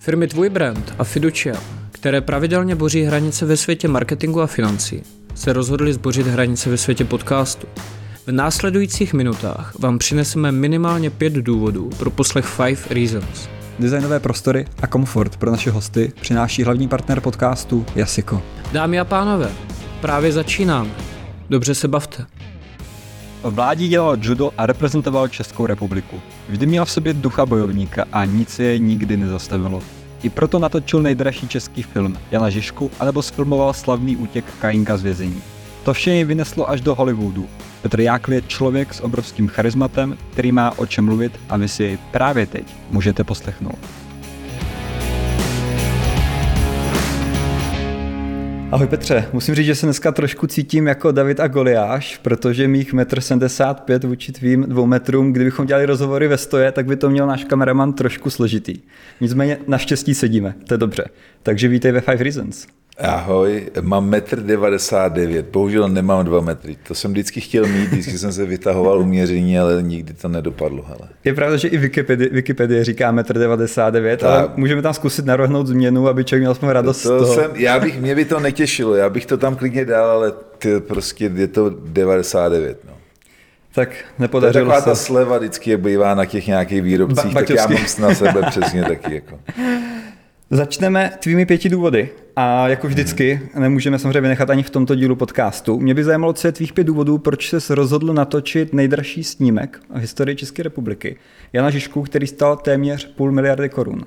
Firmy Tvůj brand a Fiducia, které pravidelně boří hranice ve světě marketingu a financí, se rozhodly zbořit hranice ve světě podcastu. V následujících minutách vám přineseme minimálně 5 důvodů pro poslech 5 Reasons. Designové prostory a komfort pro naše hosty přináší hlavní partner podcastu Yasiko. Dámy a pánové, právě začínáme. Dobře se bavte. V mládí dělal judo a reprezentoval Českou republiku. Vždy měl v sobě ducha bojovníka a nic je nikdy nezastavilo. I proto natočil nejdražší český film Jana Žižku anebo zfilmoval slavný útěk Kajínka z vězení. To vše jej vyneslo až do Hollywoodu. Petr Jákl je člověk s obrovským charizmatem, který má o čem mluvit a vy si jej právě teď můžete poslechnout. Ahoj Petře, musím říct, že se dneska trošku cítím jako David a Goliáš, protože mých 1,75 m vůči tvým 2 metrům, kdybychom dělali rozhovory ve stoje, tak by to měl náš kameraman trošku složitý. Nicméně naštěstí sedíme, to je dobře. Takže vítej ve 5 Reasons. Ahoj, mám 1,99 m, bohužel nemám 2 metry. To jsem vždycky chtěl mít, vždycky jsem se vytahoval u měření, ale nikdy to nedopadlo. Hele. Je pravda, že i Wikipedie říká 1,99 m, ale můžeme tam zkusit narohnout změnu, aby člověk měl aspoň radost z toho. Mě by to netěšilo, já bych to tam klidně dal, ale prostě je to 99. No. Tak nepodařilo se. To je taková ta sleva vždycky, jak bývá na těch nějakých výrobcích, tak já mám na sebe přesně taky. Jako. Začneme tvými 5 důvody a jako vždycky nemůžeme samozřejmě vynechat ani v tomto dílu podcastu. Mě by zajímalo, co je tvých 5 důvodů, proč ses rozhodl natočit nejdražší snímek v historii České republiky. Jana Žižku, který stál téměř 500 miliardy korun.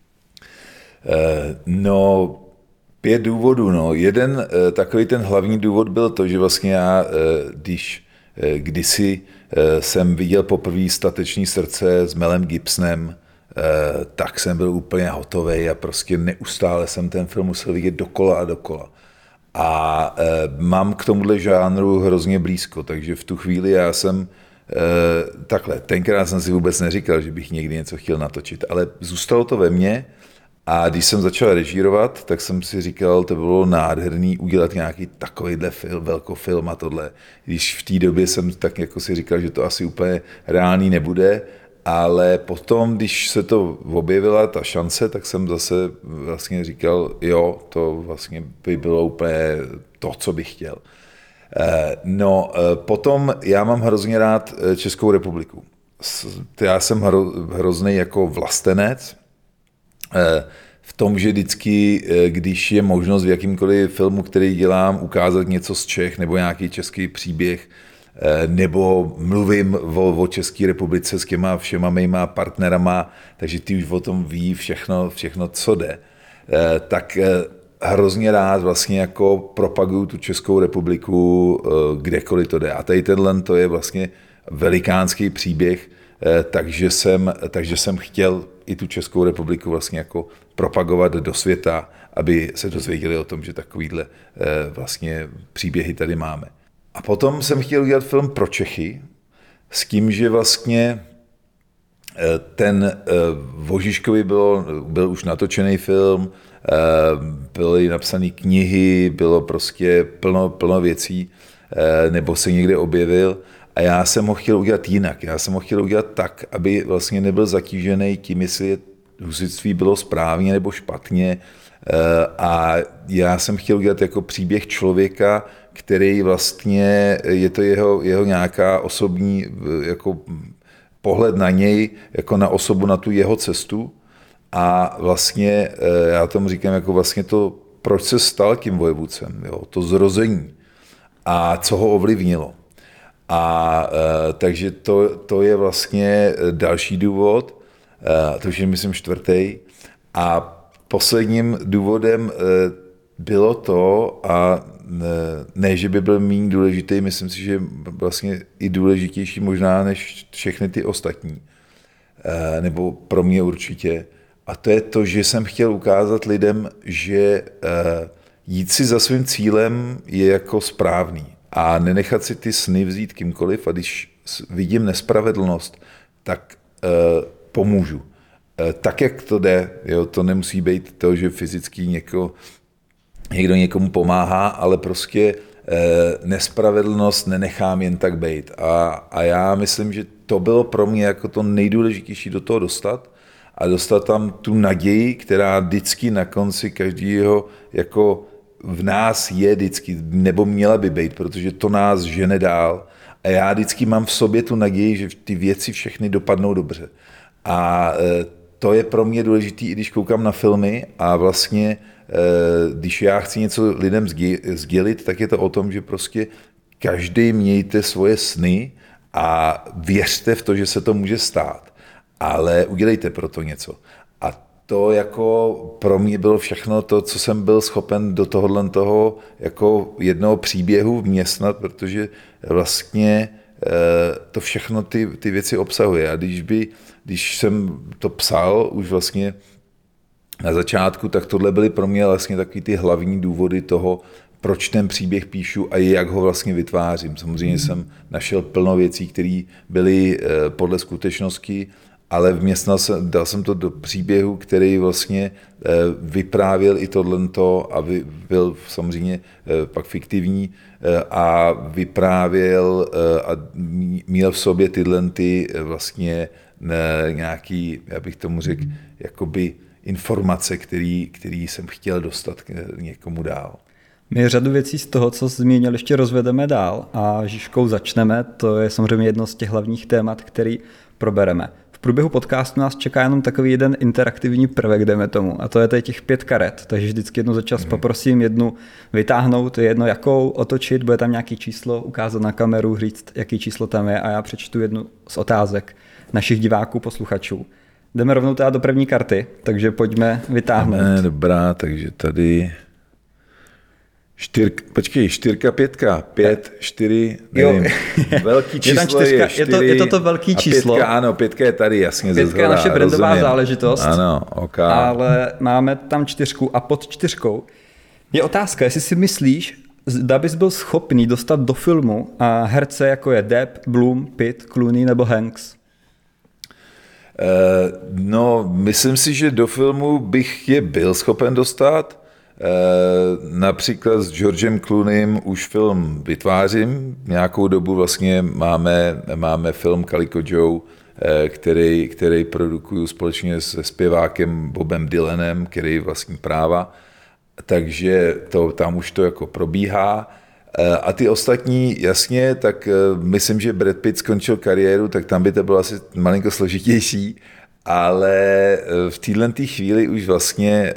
No, 5 důvodů. No. Jeden takový ten hlavní důvod byl to, že vlastně já, když kdysi jsem viděl poprvé Stateční srdce s Melem Gibsonem, tak jsem byl úplně hotovej a prostě neustále jsem ten film musel vidět dokola a dokola. A mám k tomuhle žánru hrozně blízko, takže v tu chvíli já jsem takhle, tenkrát jsem si vůbec neříkal, že bych někdy něco chtěl natočit, ale zůstalo to ve mně a když jsem začal režírovat, tak jsem si říkal, to bylo nádherný udělat nějaký takovýhle film, velkofilm a tohle. Když v té době jsem tak jako si říkal, že to asi úplně reálný nebude, ale potom, když se to objevila ta šance, tak jsem zase vlastně říkal, jo, to vlastně by bylo úplně to, co bych chtěl. No, potom já mám hrozně rád Českou republiku. Já jsem hrozný jako vlastenec v tom, že vždycky, když je možnost v jakýmkoliv filmu, který dělám, ukázat něco z Čech nebo nějaký český příběh, nebo mluvím o České republice s těma všema mýma partnerama, takže ty už o tom ví všechno, co jde. Tak hrozně rád vlastně jako propaguju tu Českou republiku, kdekoliv to jde. A tady tenhle to je vlastně velikánský příběh, takže jsem chtěl i tu Českou republiku vlastně jako propagovat do světa, aby se dozvěděli o tom, že takovýhle vlastně příběhy tady máme. A potom jsem chtěl udělat film pro Čechy s tím, že vlastně ten o Žižkovi byl už natočený film, byly napsané knihy, bylo prostě plno věcí, nebo se někde objevil a já jsem ho chtěl udělat jinak. Já jsem ho chtěl udělat tak, aby vlastně nebyl zatížený tím, jestli husitství bylo správně nebo špatně, a já jsem chtěl udělat jako příběh člověka, který vlastně, je to jeho nějaká osobní jako pohled na něj, jako na osobu, na tu jeho cestu a vlastně, já tomu říkám, jako vlastně to, proč se stal tím vojevůdcem, jo, to zrození a co ho ovlivnilo. A takže to je vlastně další důvod, to už je myslím 4. A posledním důvodem bylo to, a ne, že by byl méně důležitý, myslím si, že vlastně i důležitější možná než všechny ty ostatní, nebo pro mě určitě. A to je to, že jsem chtěl ukázat lidem, že jít si za svým cílem je jako správný a nenechat si ty sny vzít kýmkoliv a když vidím nespravedlnost, tak pomůžu. Tak, jak to jde, jo, to nemusí být to, že fyzicky někdo někomu pomáhá, ale prostě nespravedlnost nenechám jen tak bejt. A já myslím, že to bylo pro mě jako to nejdůležitější do toho dostat a dostat tam tu naději, která vždycky na konci každého jako v nás je vždycky, nebo měla by být, protože to nás žene dál. A já vždycky mám v sobě tu naději, že ty věci všechny dopadnou dobře. A to je pro mě důležité, i když koukám na filmy a vlastně, když já chci něco lidem sdělit, tak je to o tom, že prostě každý mějte svoje sny a věřte v to, že se to může stát, ale udělejte pro to něco. A to jako pro mě bylo všechno to, co jsem byl schopen do toho jako jednoho příběhu vměstnat, protože vlastně to všechno ty věci obsahuje. A když jsem to psal už vlastně na začátku, tak tohle byly pro mě vlastně takový ty hlavní důvody toho, proč ten příběh píšu a jak ho vlastně vytvářím. Samozřejmě jsem našel plno věcí, které byly podle skutečnosti, ale dal jsem to do příběhu, který vlastně vyprávěl i tohleto a byl samozřejmě pak fiktivní a vyprávěl a měl v sobě tyhle vlastně nějaký, já bych tomu řekl, jakoby informace, který jsem chtěl dostat k někomu dál. My řadu věcí z toho, co jsi zmínil, ještě rozvedeme dál a Žižkou začneme. To je samozřejmě jedno z těch hlavních témat, který probereme. V průběhu podcastu nás čeká jenom takový jeden interaktivní prvek, jdeme tomu, a to je tady těch 5 karet, takže vždycky jednu za čas poprosím jednu vytáhnout, jedno jakou, otočit, bude tam nějaký číslo, ukázat na kameru, říct, jaký číslo tam je a já přečtu jednu z otázek našich diváků, posluchačů. Jdeme rovnou teda do první karty, takže pojďme vytáhnout. Dobrá, takže tady... 4, 5, 5, 4, nevím. Velký číslo je 4. Je to velký číslo. 5, ano, 5 je tady, jasně. 5 je naše brandová záležitost. Ano, ok. Ale máme tam 4 a pod 4 je otázka, jestli si myslíš, zda bys byl schopný dostat do filmu a herce jako je Depp, Bloom, Pitt, Clooney nebo Hanks? No, myslím si, že do filmu bych je byl schopen dostat. Například s Georgem Clooneym už film vytvářím. Nějakou dobu vlastně máme film Calico Joe, který produkuju společně se zpěvákem Bobem Dylanem, který vlastní práva. Takže tam už to jako probíhá. A ty ostatní, jasně, tak myslím, že Brad Pitt skončil kariéru, tak tam by to bylo asi malinko složitější, ale v této chvíli už vlastně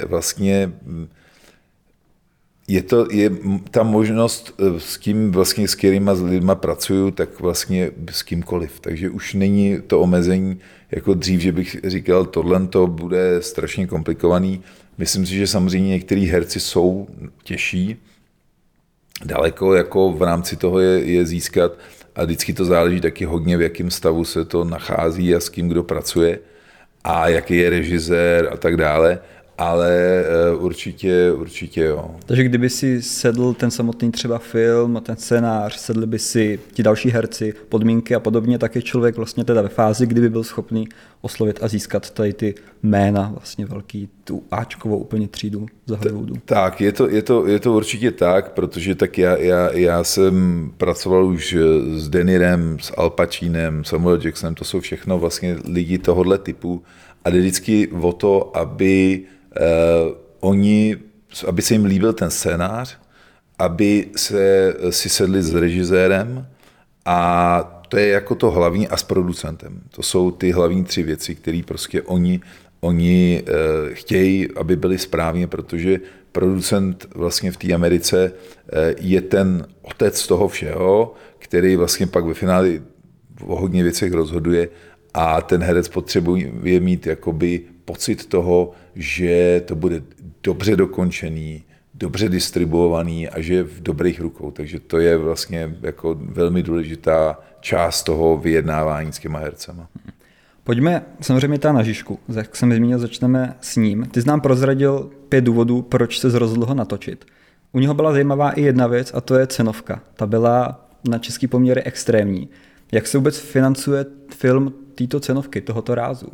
je ta možnost, s kterýma lidma pracuju, tak vlastně s kýmkoliv. Takže už není to omezení jako dřív, že bych říkal, tohle to bude strašně komplikovaný. Myslím si, že samozřejmě některý herci jsou těžší, daleko jako v rámci toho je získat a vždycky to záleží taky hodně, v jakém stavu se to nachází a s kým kdo pracuje a jaký je režisér a tak dále. Ale určitě jo. Takže kdyby si sedl ten samotný třeba film a ten scénář, sedli by si ti další herci, podmínky a podobně, tak je člověk vlastně teda ve fázi, kdyby byl schopný oslovit a získat tady ty jména vlastně velký, tu áčkovou úplně třídu za Hollywoodu. Tak, je to určitě tak, protože tak já jsem pracoval už s Denirem, s Al Pacinem, Samuel Jacksonem, to jsou všechno vlastně lidi tohohle typu a jde vždycky o to, aby se jim líbil ten scénář, aby si sedli s režisérem a to je jako to hlavní a s producentem. To jsou ty hlavní 3 věci, které prostě oni chtějí, aby byly správně, protože producent vlastně v té Americe je ten otec toho všeho, který vlastně pak ve finále o hodně věcech rozhoduje a ten herec potřebuje mít jakoby pocit toho, že to bude dobře dokončený, dobře distribuovaný a že je v dobrých rukou. Takže to je vlastně jako velmi důležitá část toho vyjednávání s těma hercema. Pojďme samozřejmě na Žižku. Jak jsem zmínil, začneme s ním. Ty jsi nám prozradil 5 důvodů, proč se rozhodl ho natočit. U něho byla zajímavá i jedna věc a to je cenovka. Ta byla na český poměry extrémní. Jak se vůbec financuje film této cenovky, tohoto rázu?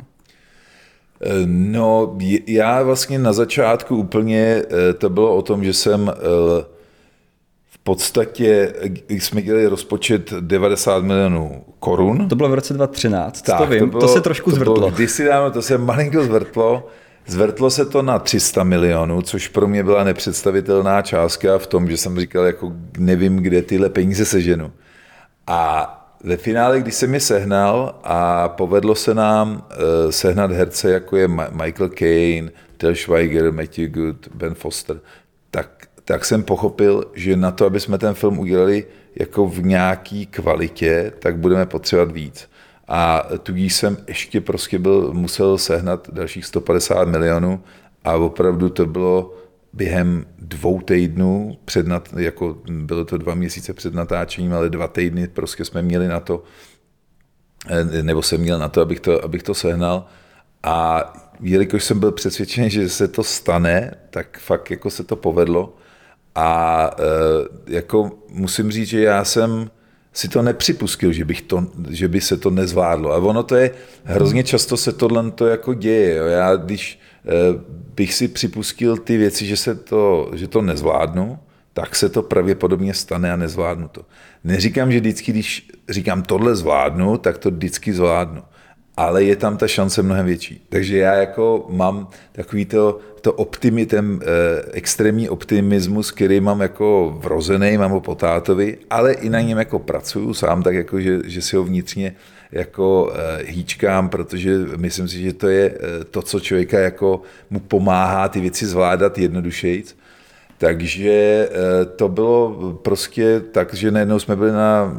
No, já vlastně na začátku úplně to bylo o tom, že jsem v podstatě jsme dělali rozpočet 90 milionů korun. To bylo v roce 2013, tak, to vím, to se trošku zvrtlo. Kdysi dávno, to se malinko zvrtlo. Zvrtlo se to na 300 milionů, což pro mě byla nepředstavitelná částka v tom, že jsem říkal, jako nevím, kde tyhle peníze seženu. A ve finále, když jsem je sehnal a povedlo se nám sehnat herce, jako je Michael Caine, Til Schweiger, Matthew Good, Ben Foster, tak jsem pochopil, že na to, aby jsme ten film udělali jako v nějaký kvalitě, tak budeme potřebovat víc. A tudíž jsem ještě prostě musel sehnat dalších 150 milionů a opravdu to bylo během 2 týdnů, jako bylo to 2 měsíce před natáčením, ale 2 týdny prostě jsme měli na to, nebo jsem měl na to, abych to sehnal. A jelikož jsem byl přesvědčen, že se to stane, tak fakt jako se to povedlo. A jako musím říct, že já jsem si to nepřipustil, že by se to nezvládlo. A ono to je, hrozně často se tohle jako děje. Jo. Já když bych si připustil ty věci, že to nezvládnu, tak se to pravděpodobně stane a nezvládnu to. Neříkám, že vždycky, když říkám tohle zvládnu, tak to vždycky zvládnu. Ale je tam ta šance mnohem větší. Takže já jako mám takový ten extrémní optimismus, který mám jako vrozený, mám ho po tátovi, ale i na něm jako pracuju sám, tak jako, že si ho vnitřně jako hýčkám, protože myslím si, že to je to, co člověka jako mu pomáhá ty věci zvládat jednodušejc. Takže to bylo prostě tak, že najednou jsme byli na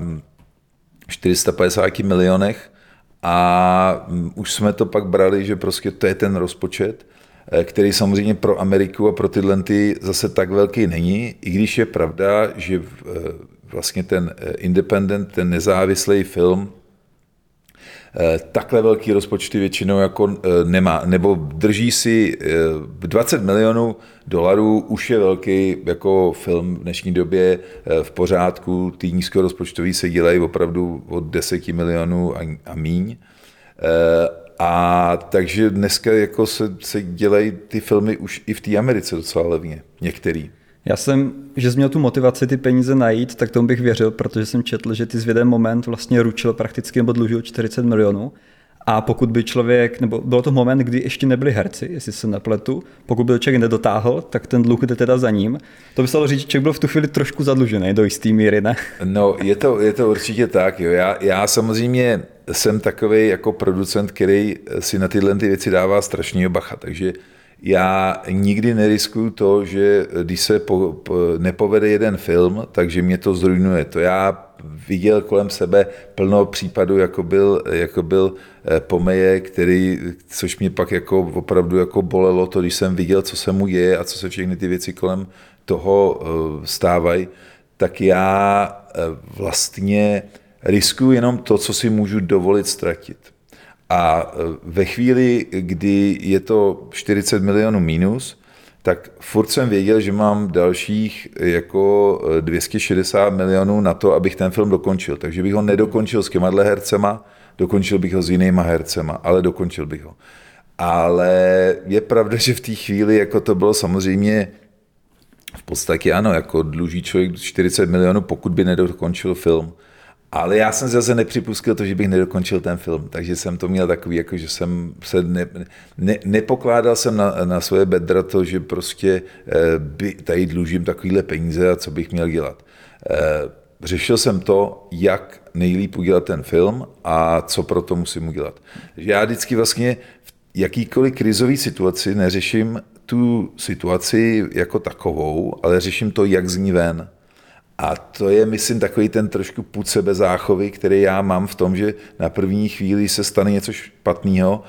450 milionech a už jsme to pak brali, že prostě to je ten rozpočet, který samozřejmě pro Ameriku a pro tyhle zase tak velký není, i když je pravda, že vlastně ten independent, ten nezávislý film, takhle velký rozpočty většinou jako nemá, nebo drží si 20 milionů dolarů, už je velký jako film v dnešní době v pořádku, ty nízkorozpočtový se dělají opravdu od 10 milionů a míň. A takže dneska jako se dělají ty filmy už i v té Americe docela levně, některý. Já jsem, že jsi měl tu motivaci ty peníze najít, tak tomu bych věřil, protože jsem četl, že ty v jeden moment vlastně ručil prakticky nebo dlužil 40 milionů. A pokud by člověk, nebo bylo to moment, kdy ještě nebyli herci, jestli se nepletu, pokud by člověk nedotáhl, tak ten dluh jde teda za ním. To by se dalo říct, že člověk byl v tu chvíli trošku zadlužený do jistý míry, ne? No, je to určitě tak, jo. Já samozřejmě jsem takovej jako producent, který si na tyhle věci dává strašně bacha, takže já nikdy neriskuju to, že když se nepovede jeden film, takže mě to zrujnuje. To já viděl kolem sebe plno případů, jako byl Pomeje, což mě pak jako opravdu jako bolelo to, když jsem viděl, co se mu děje a co se všechny ty věci kolem toho stávají, tak já vlastně riskuju jenom to, co si můžu dovolit ztratit. A ve chvíli, kdy je to 40 milionů mínus, tak furt jsem věděl, že mám dalších jako 260 milionů na to, abych ten film dokončil. Takže bych ho nedokončil s těma hercema, dokončil bych ho s jinýma hercema, ale dokončil bych ho. Ale je pravda, že v té chvíli jako to bylo samozřejmě v podstatě ano, jako dluží člověk 40 milionů, pokud by nedokončil film. Ale já jsem zase nepřipustil to, že bych nedokončil ten film, takže jsem to měl takový, jako že jsem se nepokládal jsem na svoje bedra to, že prostě tady dlužím takovýhle peníze a co bych měl dělat. Řešil jsem to, jak nejlíp udělat ten film a co pro to musím udělat. Já vždycky vlastně v jakýkoliv krizové situaci neřeším tu situaci jako takovou, ale řeším to, jak z ní ven. A to je, myslím, takový ten trošku pud sebezáchovy, který já mám v tom, že na první chvíli se stane něco špatného,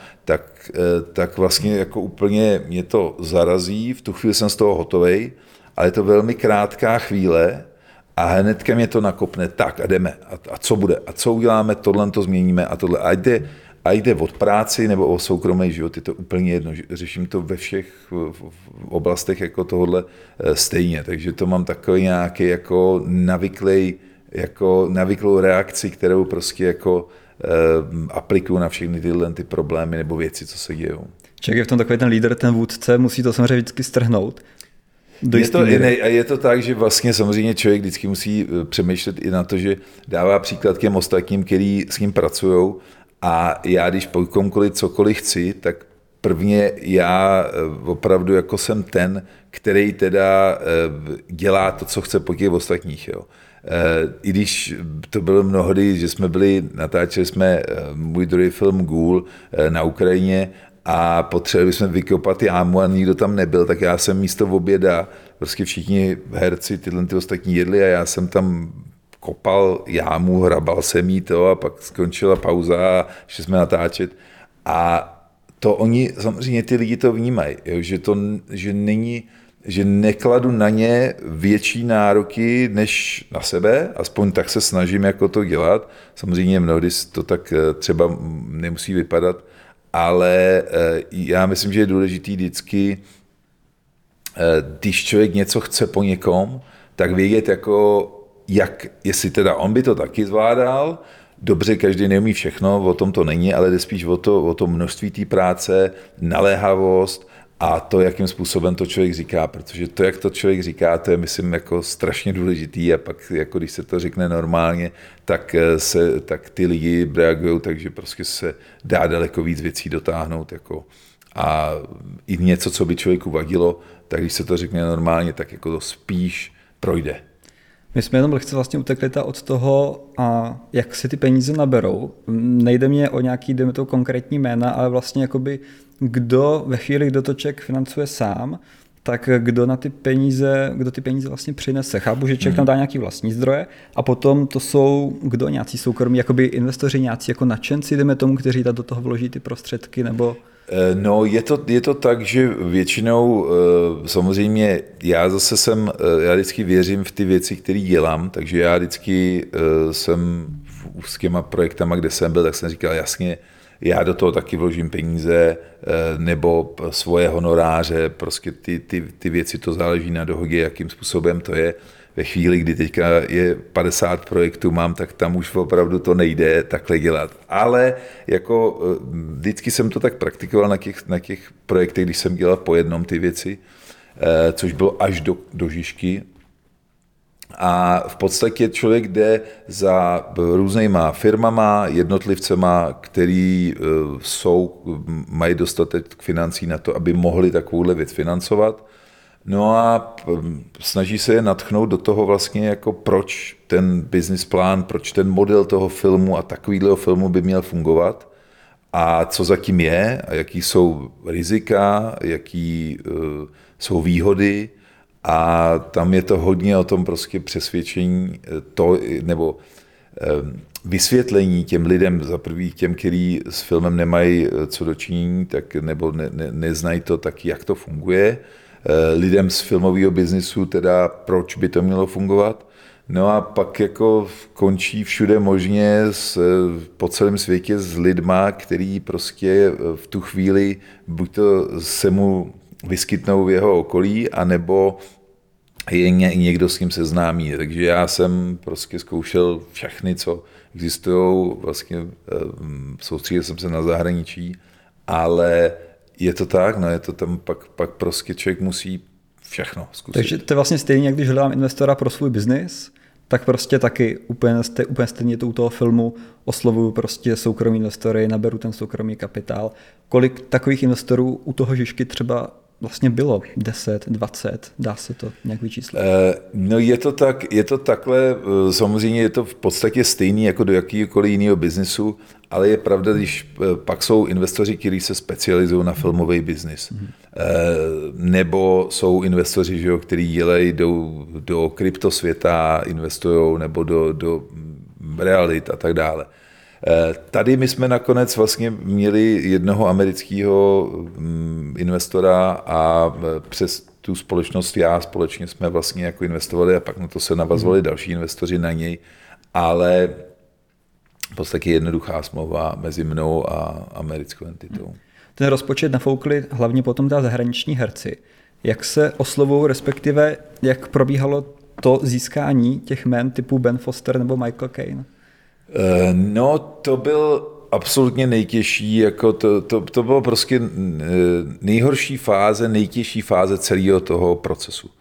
tak vlastně jako úplně mě to zarazí, v tu chvíli jsem z toho hotovej, ale je to velmi krátká chvíle a hnedka mě to nakopne, tak a jdeme, a co bude, a co uděláme, tohle to změníme a tohle. A jde od práci nebo o soukromý život, je to úplně jedno. Řeším to ve všech oblastech jako tohle stejně, takže to mám takový nějaký jako navyklou reakci, kterou prostě jako aplikuju na všechny tyhle ty problémy nebo věci, co se dějou. Člověk je v tom takový ten lídr, ten vůdce, musí to samozřejmě vždycky strhnout. Je to tak, že vlastně samozřejmě člověk vždycky musí přemýšlet i na to, že dává příklad těm ostatním, který s ním pracují, a já, když po komkoliv cokoliv chci, tak prvně já opravdu jako jsem ten, který teda dělá to, co chce po těch ostatních. Jo. I když to bylo mnohdy, že natáčeli jsme můj druhý film Ghoul na Ukrajině a potřebovali jsme vykopat jámu a nikdo tam nebyl, tak já jsem místo oběda, prostě všichni herci ty ostatní jedli a já jsem tam kopal jámu, hrabal jsem jí to a pak skončila pauza a šli jsme natáčet. A to oni, samozřejmě ty lidi to vnímají, jo, že nekladu na ně větší nároky než na sebe, aspoň tak se snažím jako to dělat. Samozřejmě mnohdy to tak třeba nemusí vypadat, ale já myslím, že je důležitý vždycky, když člověk něco chce po někom, tak vědět jako, jestli teda on by to taky zvládal. Dobře, každý neumí všechno, o tom to není, ale jde spíš o to množství té práce, naléhavost a to, jakým způsobem to člověk říká, protože to, jak to člověk říká, to je, myslím, jako strašně důležitý a pak, jako když se to řekne normálně, tak ty lidi reagují, takže prostě se dá daleko víc věcí dotáhnout. Jako. A i něco, co by člověku vadilo, tak když se to řekne normálně, tak jako to spíš projde. My jsme jenom lehce vlastně utekli od toho, jak si ty peníze naberou. Nejde mě o nějaký, jdeme to konkrétní jména, ale vlastně jakoby kdo ve chvíli, kdo to člověk financuje sám, tak kdo ty peníze vlastně přinese. Chápu, že člověk tam dá nějaký vlastní zdroje a potom to jsou kdo nějací soukromí, jakoby investoři, nějací jako nadšenci, jdeme tomu, kteří do toho vloží ty prostředky, nebo... No, je to tak, že většinou samozřejmě já vždycky věřím v ty věci, které dělám, takže já vždycky jsem s těma projektama, kde jsem byl, tak jsem říkal jasně, já do toho taky vložím peníze nebo svoje honoráře, prostě ty věci, to záleží na dohodě, jakým způsobem to je. Ve chvíli, kdy teďka je 50 projektů mám, tak tam už opravdu to nejde takhle dělat. Ale jako vždycky jsem to tak praktikoval na těch projektech, když jsem dělal po jednom ty věci, což bylo až do Žižky. A v podstatě člověk jde za různýma firmama, jednotlivcema, který mají dostatek financí na to, aby mohli takovouhle věc financovat. No a snaží se je nadchnout do toho vlastně, jako proč ten business plán, proč ten model toho filmu a takovýhleho filmu by měl fungovat a co zatím je a jaký jsou rizika, jaký jsou výhody a tam je to hodně o tom prostě přesvědčení nebo vysvětlení těm lidem, za prvý těm, kteří s filmem nemají co dočinění, tak nebo neznají to, tak jak to funguje, lidem z filmového biznisu, teda proč by to mělo fungovat. No a pak jako končí všude možně po celém světě s lidma, který prostě v tu chvíli buď to se mu vyskytnou v jeho okolí, anebo je někdo s ním seznámí. Takže já jsem prostě zkoušel všechny, co existují, vlastně soustředil jsem se na zahraničí, ale je to tak, no je to tam pak prostě člověk musí všechno zkusit. Takže to je vlastně stejně, jak když hledám investora pro svůj biznis, tak prostě taky úplně stejně to u toho filmu oslovuju prostě soukromí investory, naberu ten soukromý kapitál. Kolik takových investorů u toho Žižky třeba vlastně bylo? 10, 20? Dá se to nějak vyčíslit? No je to takhle, samozřejmě je to v podstatě stejný jako do jakýkoliv jiného biznisu, ale je pravda, když pak jsou investoři, kteří se specializují na filmový biznis. Nebo jsou investoři, že jo, kteří jdou do kryptosvěta, investují, nebo do realit a tak dále. Tady my jsme nakonec vlastně měli jednoho amerického investora a přes tu společnost společně jsme vlastně jako investovali a pak na to se navazovali další investoři na něj, ale v podstatě jednoduchá smlouva mezi mnou a americkou entitou. Ten rozpočet nafoukli hlavně potom ta zahraniční herci. Jak se oslovují, respektive jak probíhalo to získání těch jmen typu Ben Foster nebo Michael Caine? No, to byl absolutně nejtěžší, jako to bylo prostě nejhorší fáze, nejtěžší fáze celého toho procesu.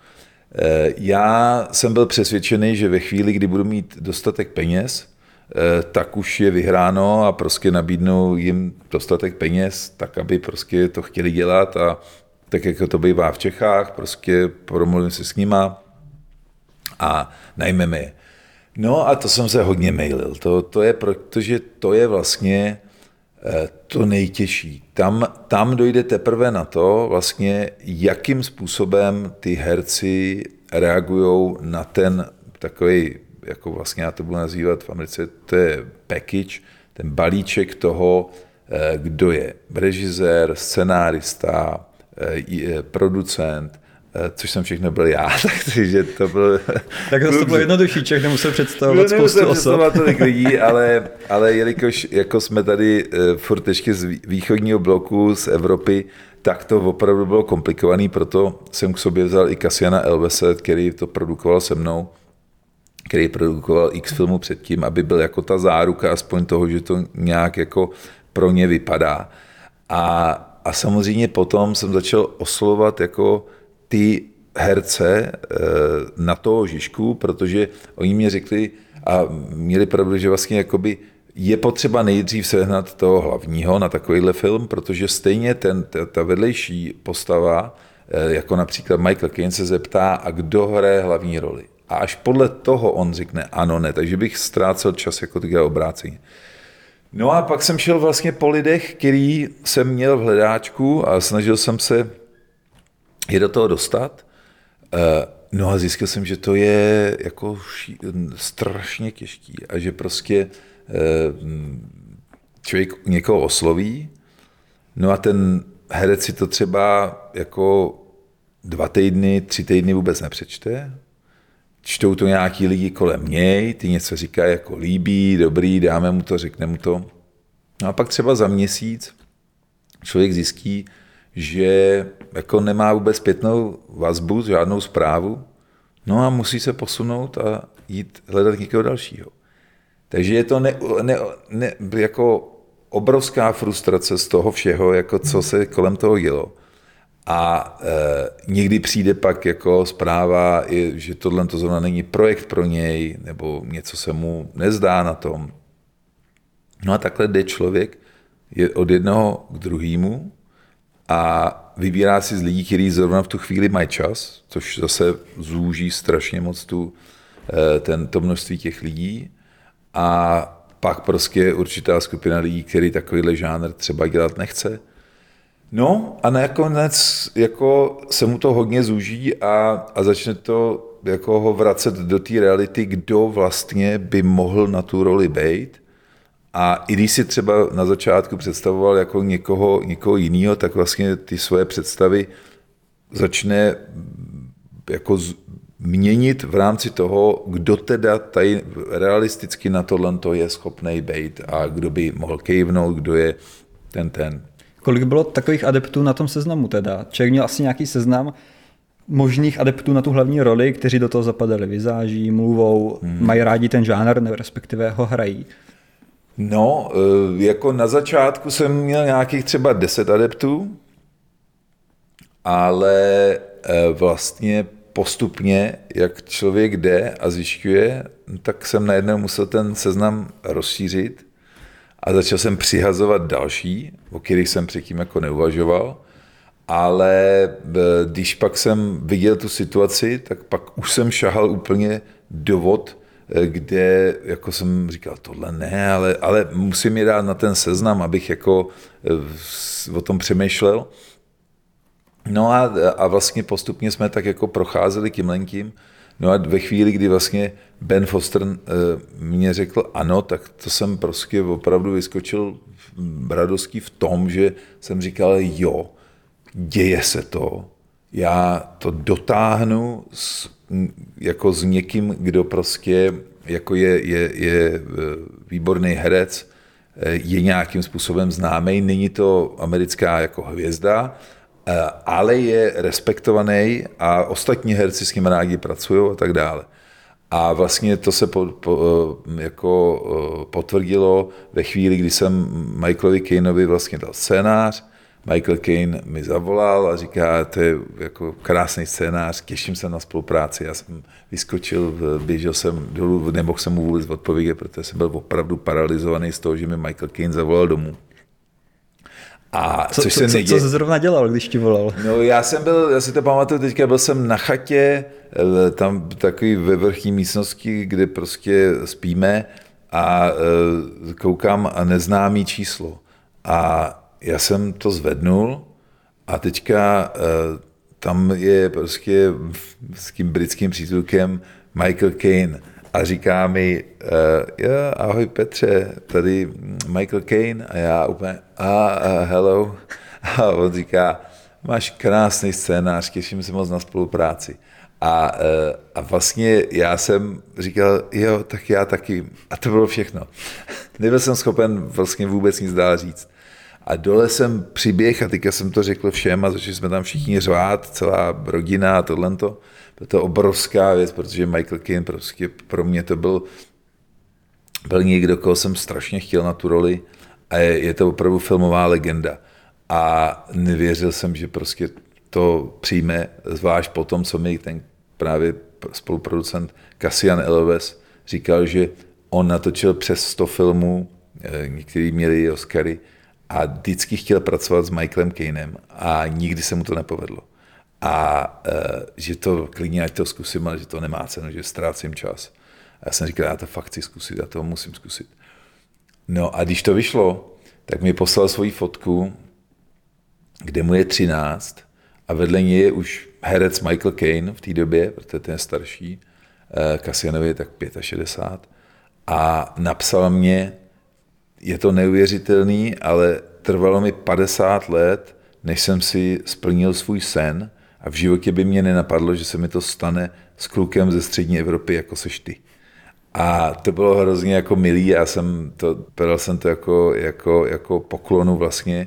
Já jsem byl přesvědčený, že ve chvíli, kdy budu mít dostatek peněz, tak už je vyhráno a prostě nabídnou jim dostatek peněz, tak aby prostě to chtěli dělat a tak, jako to bývá v Čechách, prostě promluvím si s nima a najmeme je. No a to jsem se hodně mailil. To je, protože to je vlastně to nejtěžší. Tam dojde teprve na to, vlastně, jakým způsobem ty herci reagují na ten takový, jako vlastně já to budu nazývat v Americe, to je package, ten balíček toho, kdo je režisér, scenárista, producent, což jsem všechno byl já, takže to byl... Tak to bylo jednodušší, člověk nemusel představovat spoustu osob. Tolik lidí, ale jelikož jako jsme tady furt ještě z východního bloku, z Evropy, tak to opravdu bylo komplikovaný, proto jsem k sobě vzal i Kassiana Elvese, který to produkoval se mnou, který produkoval X filmu předtím, aby byl jako ta záruka aspoň toho, že to nějak jako pro ně vypadá. A samozřejmě potom jsem začal oslovovat jako ty herce na toho Žižku, protože oni mě řekli a měli pravdu, že vlastně jakoby je potřeba nejdřív sehnat toho hlavního na takovýhle film, protože stejně ta vedlejší postava, jako například Michael Caine, se zeptá, a kdo hraje hlavní roli. A až podle toho on řekne ano, ne, takže bych ztrácel čas jako takové obrácení. No a pak jsem šel vlastně po lidech, který jsem měl v hledáčku a snažil jsem se je do toho dostat. No a zjistil jsem, že to je jako strašně těžký a že prostě člověk někoho osloví, no a ten herec si to třeba jako 2 týdny, 3 týdny vůbec nepřečte. Čtou to nějaký lidi kolem něj, ty něco říkají jako líbí, dobrý, dáme mu to, řekne mu to. No a pak třeba za měsíc člověk zjistí, že jako nemá vůbec zpětnou vazbu, žádnou zprávu, no a musí se posunout a jít hledat někoho dalšího. Takže je to jako obrovská frustrace z toho všeho, jako co se kolem toho dělo. A někdy přijde pak jako zpráva, že tohle to zrovna není projekt pro něj, nebo něco se mu nezdá na tom. No a takhle jde člověk od jednoho k druhému a vybírá si z lidí, kteří zrovna v tu chvíli mají čas, což zase zúží strašně moc to množství těch lidí. A pak prostě určitá skupina lidí, který takovýhle žánr třeba dělat nechce. No a nakonec jako se mu to hodně zúží a začne to jako ho vracet do té reality, kdo vlastně by mohl na tu roli být. A i když si třeba na začátku představoval jako někoho jiného, tak vlastně ty svoje představy začne jako měnit v rámci toho, kdo teda tady realisticky na tohle je schopný být a kdo by mohl kejvnout, kdo je ten. Kolik bylo takových adeptů na tom seznamu teda? Člověk měl asi nějaký seznam možných adeptů na tu hlavní roli, kteří do toho zapadali vizáží, mluvou, mají rádi ten žánr, respektive ho hrají. No, jako na začátku jsem měl nějakých třeba 10 adeptů, ale vlastně postupně, jak člověk jde a zjišťuje, tak jsem najednou musel ten seznam rozšířit a začal jsem přihazovat další, o kterých jsem předtím jako neuvažoval, ale když pak jsem viděl tu situaci, tak pak už jsem šahal úplně do vod, kde jako jsem říkal, tohle ne, ale musím je dát na ten seznam, abych jako o tom přemýšlel. No a vlastně postupně jsme tak jako procházeli tímhlenkým. No a ve chvíli, kdy vlastně Ben Foster mě řekl ano, tak to jsem prostě opravdu vyskočil radostí v tom, že jsem říkal, jo, děje se to, já to dotáhnu jako s někým, kdo prostě jako je výborný herec, je nějakým způsobem známý, není to americká jako hvězda, ale je respektovaný a ostatní herci s ním rádi pracují a tak dále. A vlastně to se potvrdilo ve chvíli, kdy jsem Michaelovi Cainovi vlastně dal scénář Michael Caine mi zavolal a říká, to je jako krásný scénář, těším se na spolupráci. Já jsem vyskočil, běžel jsem dolů, nemohl jsem mu vůbec odpovědět, protože jsem byl opravdu paralyzovaný z toho, že mi Michael Caine zavolal domů. A co jsi zrovna dělal, když ti volal? No já si to pamatuju teďka, byl jsem na chatě, tam takový ve vrchní místnosti, kde prostě spíme a koukám a neznámý číslo. A já jsem to zvednul a teďka tam je prostě s tím britským přítelkem Michael Caine a říká mi, ahoj Petře, tady Michael Caine a já úplně, hello. A on říká, máš krásný scénář, těším se moc na spolupráci. A vlastně já jsem říkal, jo, tak já taky. A to bylo všechno. Nebyl jsem schopen vlastně vůbec nic dál říct. A dole jsem přiběh a teďka jsem to řekl všem a začali jsme tam všichni řvát, celá rodina a tohleto. Byla to obrovská věc, protože Michael Caine prostě pro mě to byl někdo, koho jsem strašně chtěl na tu roli a je to opravdu filmová legenda. A nevěřil jsem, že prostě to přijme, zvlášť po tom, co mi ten právě spoluproducent Cassian Eloves říkal, že on natočil přes 100 filmů, některý měli Oscary, a vždycky chtěl pracovat s Michaelem Cainem a nikdy se mu to nepovedlo. A že to klidně, ať to zkusím, ale že to nemá cenu, že ztrácím čas. A já jsem říkal, já to fakt chci zkusit, já to musím zkusit. No a když to vyšlo, tak mi poslal svoji fotku, kde mu je 13 a vedle něj je už herec Michael Caine v té době, protože ten je starší, Cassianovi je tak 65, a napsal mě, je to neuvěřitelný, ale trvalo mi 50 let, než jsem si splnil svůj sen a v životě by mě nenapadlo, že se mi to stane s klukem ze střední Evropy, jako seš ty. A to bylo hrozně jako milý, já jsem to, bral jsem to jako poklonu vlastně,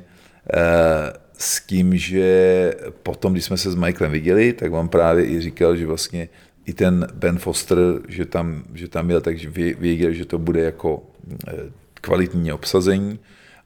s tím, že potom, když jsme se s Michaelem viděli, tak on právě i říkal, že vlastně i ten Ben Foster, že tam měl, takže věděl, že to bude jako kvalitní obsazení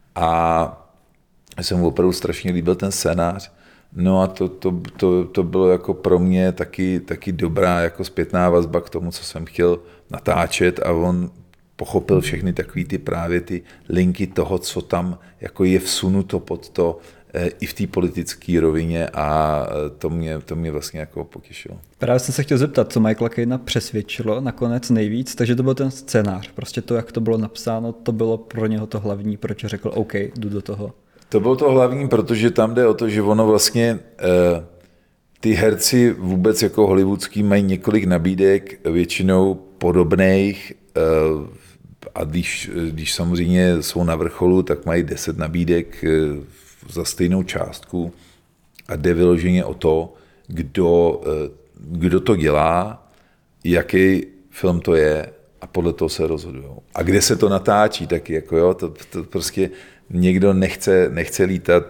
a jsem mu opravdu strašně líbil ten scénář. No a to bylo jako pro mě taky dobrá jako zpětná vazba k tomu, co jsem chtěl natáčet a on pochopil všechny takový právě ty linky toho, co tam jako je vsunuto pod to i v té politické rovině a to mě vlastně jako potěšilo. Právě jsem se chtěl zeptat, co Michaela Caina přesvědčilo nakonec nejvíc, takže to byl ten scénář. Prostě to, jak to bylo napsáno, to bylo pro něho to hlavní, proč řekl OK, jdu do toho. To bylo to hlavní, protože tam jde o to, že ono vlastně ty herci vůbec jako hollywoodský mají několik nabídek, většinou podobných, a když samozřejmě jsou na vrcholu, tak mají 10 nabídek za stejnou částku a jde vyloženě o to, kdo to dělá, jaký film to je a podle toho se rozhodují. A kde se to natáčí taky, jako jo, to prostě někdo nechce lítat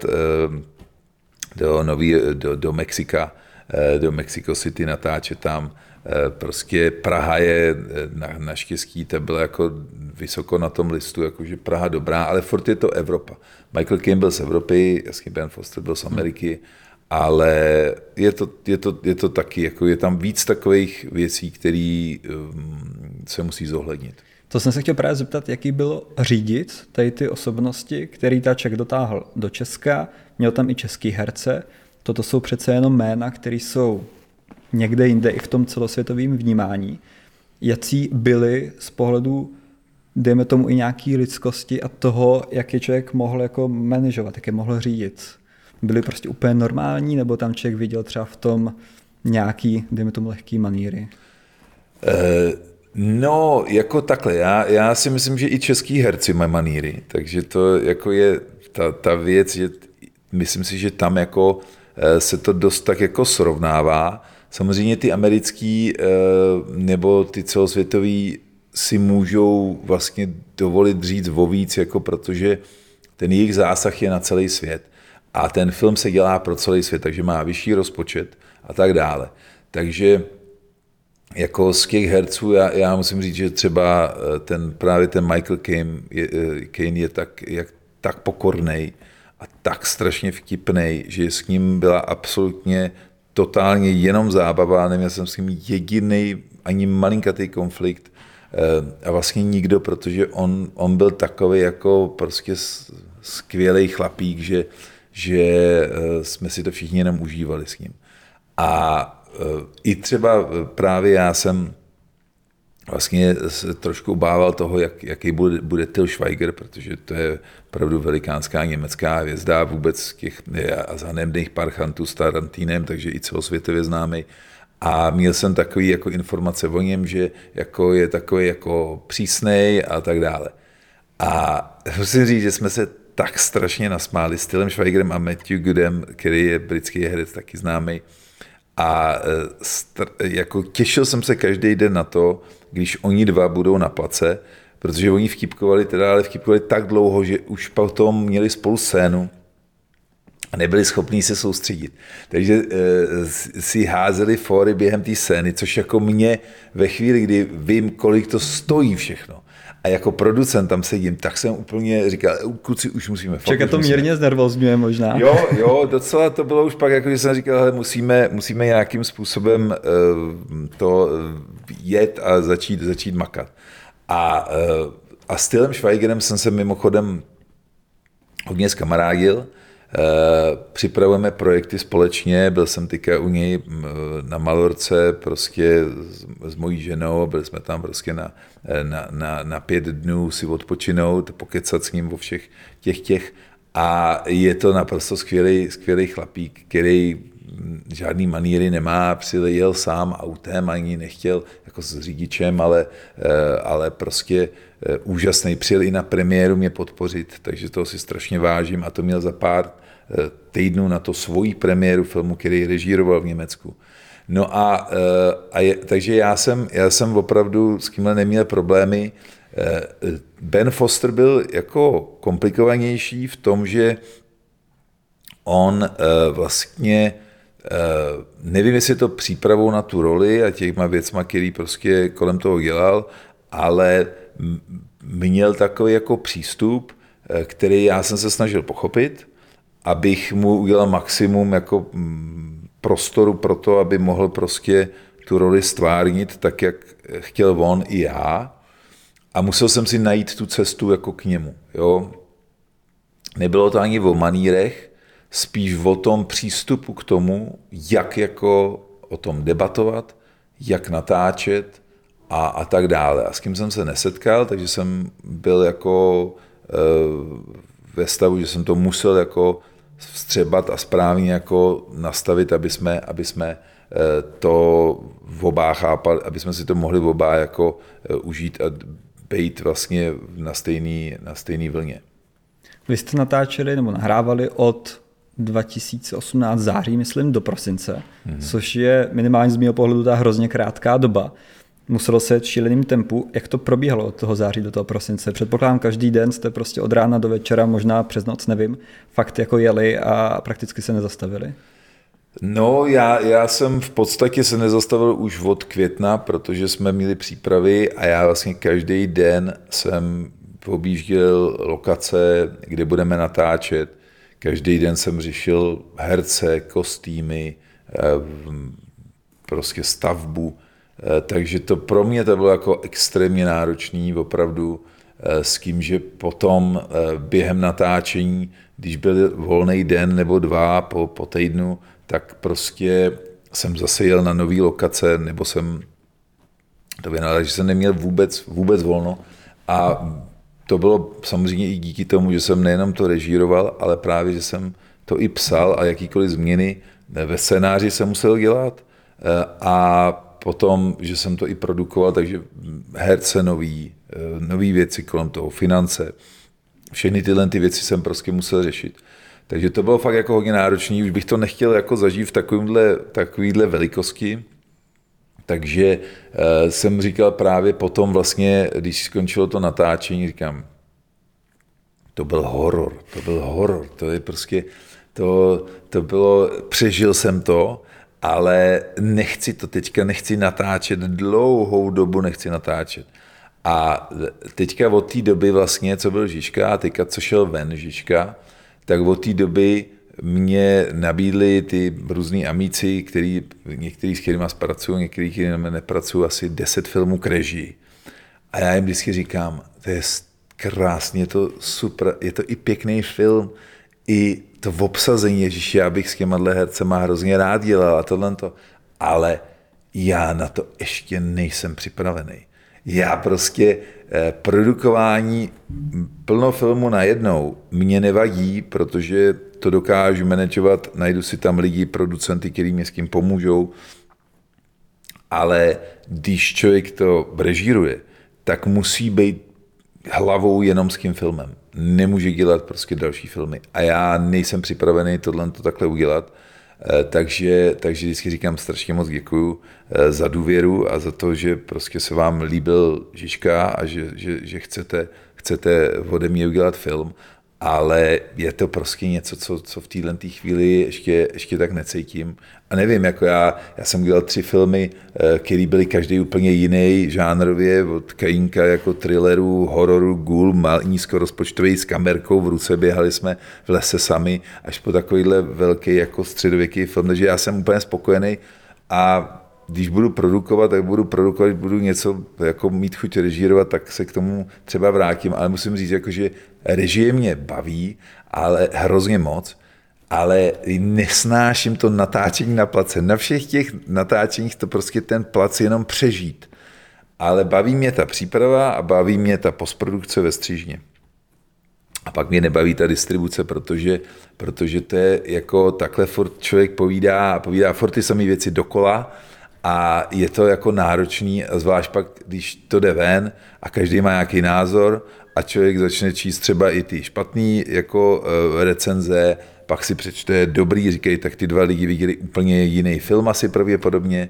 do Mexika, do Mexico City, natáčet tam. Prostě Praha je naštěstí, to bylo jako vysoko na tom listu, jakože Praha dobrá, ale furt je to Evropa. Michael Caine byl z Evropy, jasně Ben Foster byl z Ameriky, ale je to taky, jako je tam víc takových věcí, které se musí zohlednit. To jsem se chtěl právě zeptat, jaký bylo řídit tady ty osobnosti, který táček dotáhl do Česka, měl tam i český herce. Toto jsou přece jenom jména, které jsou někde jinde i v tom celosvětovém vnímání. Jací byli z pohledu, dejme tomu, i nějaký lidskosti a toho, jak je člověk mohl jako manažovat, jak je mohl řídit. Byli prostě úplně normální, nebo tam člověk viděl třeba v tom nějaký, dejme tomu, lehký maníry? No, jako takhle. Já si myslím, že i český herci mají maníry, takže to jako je ta věc, že myslím si, že tam jako se to dost tak jako srovnává. Samozřejmě ty americký nebo ty celosvětový si můžou vlastně dovolit říct o víc, jako protože ten jejich zásah je na celý svět a ten film se dělá pro celý svět, takže má vyšší rozpočet a tak dále. Takže jako z těch herců já musím říct, že třeba právě ten Michael Caine je tak pokornej a tak strašně vtipnej, že s ním byla absolutně totálně jenom zábava, neměl jsem s ním jediný ani malinkatý konflikt a vlastně nikdo, protože on byl takový jako prostě skvělý chlapík, že jsme si to všichni jenom užívali s ním. A i třeba právě já jsem vlastně se trošku obával toho, jaký bude Til Schweiger, protože to je opravdu velikánská německá hvězda vůbec těch zanedbných parchantů s Tarantinem, takže i celosvětově známý. A měl jsem takový jako informace o něm, že jako je takový jako přísnej a tak dále. A musím říct, že jsme se tak strašně nasmáli s Tilem Schweigerem a Matthew Goodem, který je britský herec, taky známý. A jako těšil jsem se každý den na to, když oni dva budou na place, protože oni vtipkovali tak dlouho, že už potom měli spolu scénu a nebyli schopní se soustředit. Takže si házeli fóry během té scény, což jako mě ve chvíli, kdy vím, kolik to stojí všechno, a jako producent tam sedím, tak jsem úplně říkal, kluci, už musíme. Čeká to mírně znervozňuje možná. Jo, docela to bylo už pak, jako že jsem říkal, hele, musíme nějakým způsobem to jet a začít makat. A s Tilem Schweigerem jsem se mimochodem hodně zkamarádil, připravujeme projekty společně, byl jsem teďka u něj na Malorce prostě s mojí ženou, byli jsme tam prostě na 5 dnů si odpočinout, pokecat s ním o všech těch a je to naprosto skvělý chlapík, který žádný maníry nemá, přijel sám autem, ani nechtěl jako s řidičem, ale prostě úžasný, přijel i na premiéru mě podpořit, takže toho si strašně vážím a to měl za pár týdnů na to svoji premiéru filmu, který režíroval v Německu. No takže já jsem opravdu s tímhle neměl problémy. Ben Foster byl jako komplikovanější v tom, že on vlastně nevím, jestli to přípravou na tu roli a těma věcma, který prostě kolem toho dělal, ale měl takový jako přístup, který já jsem se snažil pochopit, abych mu udělal maximum jako prostoru pro to, aby mohl prostě tu roli stvárnit tak, jak chtěl on i já. A musel jsem si najít tu cestu jako k němu. Jo? Nebylo to ani o manírech, spíš o tom přístupu k tomu, jak jako o tom debatovat, jak natáčet a tak dále. A s kým jsem se nesetkal, takže jsem byl jako ve stavu, že jsem to musel jako vstřebat a správně jako nastavit, aby jsme to oba chápali, aby jsme si to mohli oba jako užít a být vlastně na stejný vlně. Vy jste natáčeli nebo nahrávali od 2018 září, myslím, do prosince, což je minimálně z mého pohledu ta hrozně krátká doba. Muselo se v šíleným tempu. Jak to probíhalo od toho září do toho prosince? Předpokládám, každý den jste prostě od rána do večera, možná přes noc, nevím, fakt jako jeli a prakticky se nezastavili. No, já jsem v podstatě se nezastavil už od května, protože jsme měli přípravy a já vlastně každý den jsem objížděl lokace, kde budeme natáčet. Každý den jsem řešil herce, kostýmy, prostě stavbu. Takže to pro mě to bylo jako extrémně náročný, opravdu s tím, že potom během natáčení, když byl volný den nebo dva po týdnu, tak prostě jsem zase jel na nový lokace, nebo jsem to věnoval, že jsem neměl vůbec volno. A to bylo samozřejmě i díky tomu, že jsem nejenom to režíroval, ale právě, že jsem to i psal a jakýkoliv změny ve scénáři jsem musel dělat. A potom, že jsem to i produkoval, takže herce nový věci kolem toho, finance, všechny tyhle ty věci jsem prostě musel řešit. Takže to bylo fakt jako hodně náročný, už bych to nechtěl jako zažít v takovýhle velikosti. Takže jsem říkal právě potom vlastně, když skončilo to natáčení, říkám, to byl horor, to je prostě, to bylo, přežil jsem to, ale nechci natáčet, dlouhou dobu nechci natáčet. A teďka od té doby vlastně, co byl Žižka a teďka, co šel ven Žižka, tak od té doby mě nabídli ty různý amíci, některý s kterýma pracuju, některý s kterýma nepracuju, asi 10 filmů k režii. A já jim vždycky říkám, to je krásně, je to super, je to i pěkný film, i to v obsazení, ježiši, já bych s těma hercema hrozně rád dělal a tohle, ale já na to ještě nejsem připravený. Já prostě produkování plno filmu najednou mě nevadí, protože to dokážu manažovat, najdu si tam lidi, producenty, kteří mě s tím pomůžou, ale když člověk to režíruje, tak musí být hlavou jenom s tím filmem. Nemůže dělat prostě další filmy. A já nejsem připravený tohle takhle udělat, takže vždycky říkám strašně moc děkuju za důvěru a za to, že prostě se vám líbil Žižka a že chcete ode mě udělat film, ale je to prostě něco, co v této chvíli ještě tak necítím. A nevím, jako já jsem udělal 3 filmy, které byly každý úplně jiný žánrově, od Kajínka jako thrillerů, hororu, ghoul, nízkorozpočtový s kamerkou v ruce, běhali jsme v lese sami, až po takovýhle velký jako středověký film, takže já jsem úplně spokojený a když budu produkovat, když budu něco jako mít chuť režírovat, tak se k tomu třeba vrátím, ale musím říct, jako, že režie mě baví, ale hrozně moc, ale nesnáším to natáčení na place. Na všech těch natáčeních to prostě ten plac jenom přežít. Ale baví mě ta příprava a baví mě ta postprodukce ve střižně. A pak mě nebaví ta distribuce, protože to je jako takhle furt člověk povídá furt ty samé věci dokola a je to jako náročný, zvlášť pak, když to jde ven a každý má nějaký názor a člověk začne číst třeba i ty špatný jako recenze, pak si přečte dobrý, říkají, tak ty 2 lidi viděli úplně jiný film asi pravděpodobně.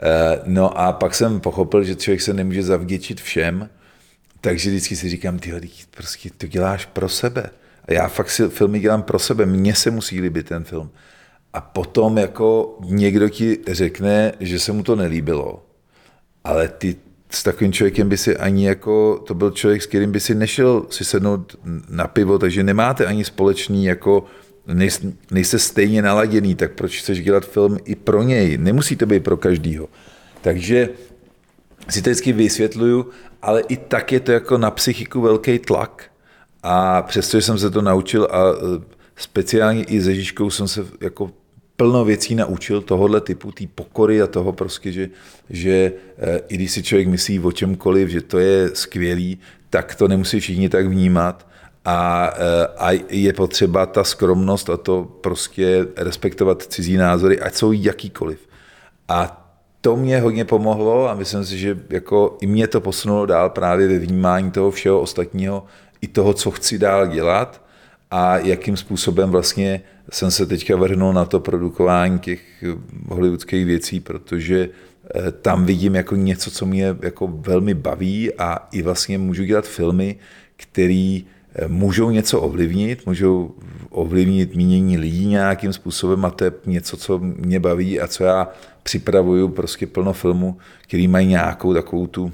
No a pak jsem pochopil, že člověk se nemůže zavděčit všem, takže vždycky si říkám, ty prostě to děláš pro sebe. A já fakt si filmy dělám pro sebe, mně se musí líbit ten film. A potom jako někdo ti řekne, že se mu to nelíbilo, ale ty s takovým člověkem by si ani jako, to byl člověk, s kterým by si nešel si sednout na pivo, takže nemáte ani společný, jako nejste stejně naladěný, tak proč chceš dělat film i pro něj? Nemusí to být pro každýho. Takže si to vždycky vysvětluju, ale i tak je to jako na psychiku velký tlak a přestože jsem se to naučil a speciálně i se Žižkou jsem se jako plno věcí naučil tohohle typu, té pokory a toho prostě, že i když si člověk myslí o čemkoliv, že to je skvělý, tak to nemusí všichni tak vnímat a je potřeba ta skromnost a to prostě respektovat cizí názory, ať jsou jakýkoliv. A to mě hodně pomohlo a myslím si, že jako i mě to posunulo dál právě ve vnímání toho všeho ostatního, i toho, co chci dál dělat a jakým způsobem vlastně jsem se teďka vrhnul na to produkování těch hollywoodských věcí, protože tam vidím jako něco, co mě jako velmi baví a i vlastně můžu dělat filmy, které můžou něco ovlivnit, můžou ovlivnit mínění lidí nějakým způsobem a to je něco, co mě baví a co já připravuju prostě plno filmů, který mají nějakou takovou tu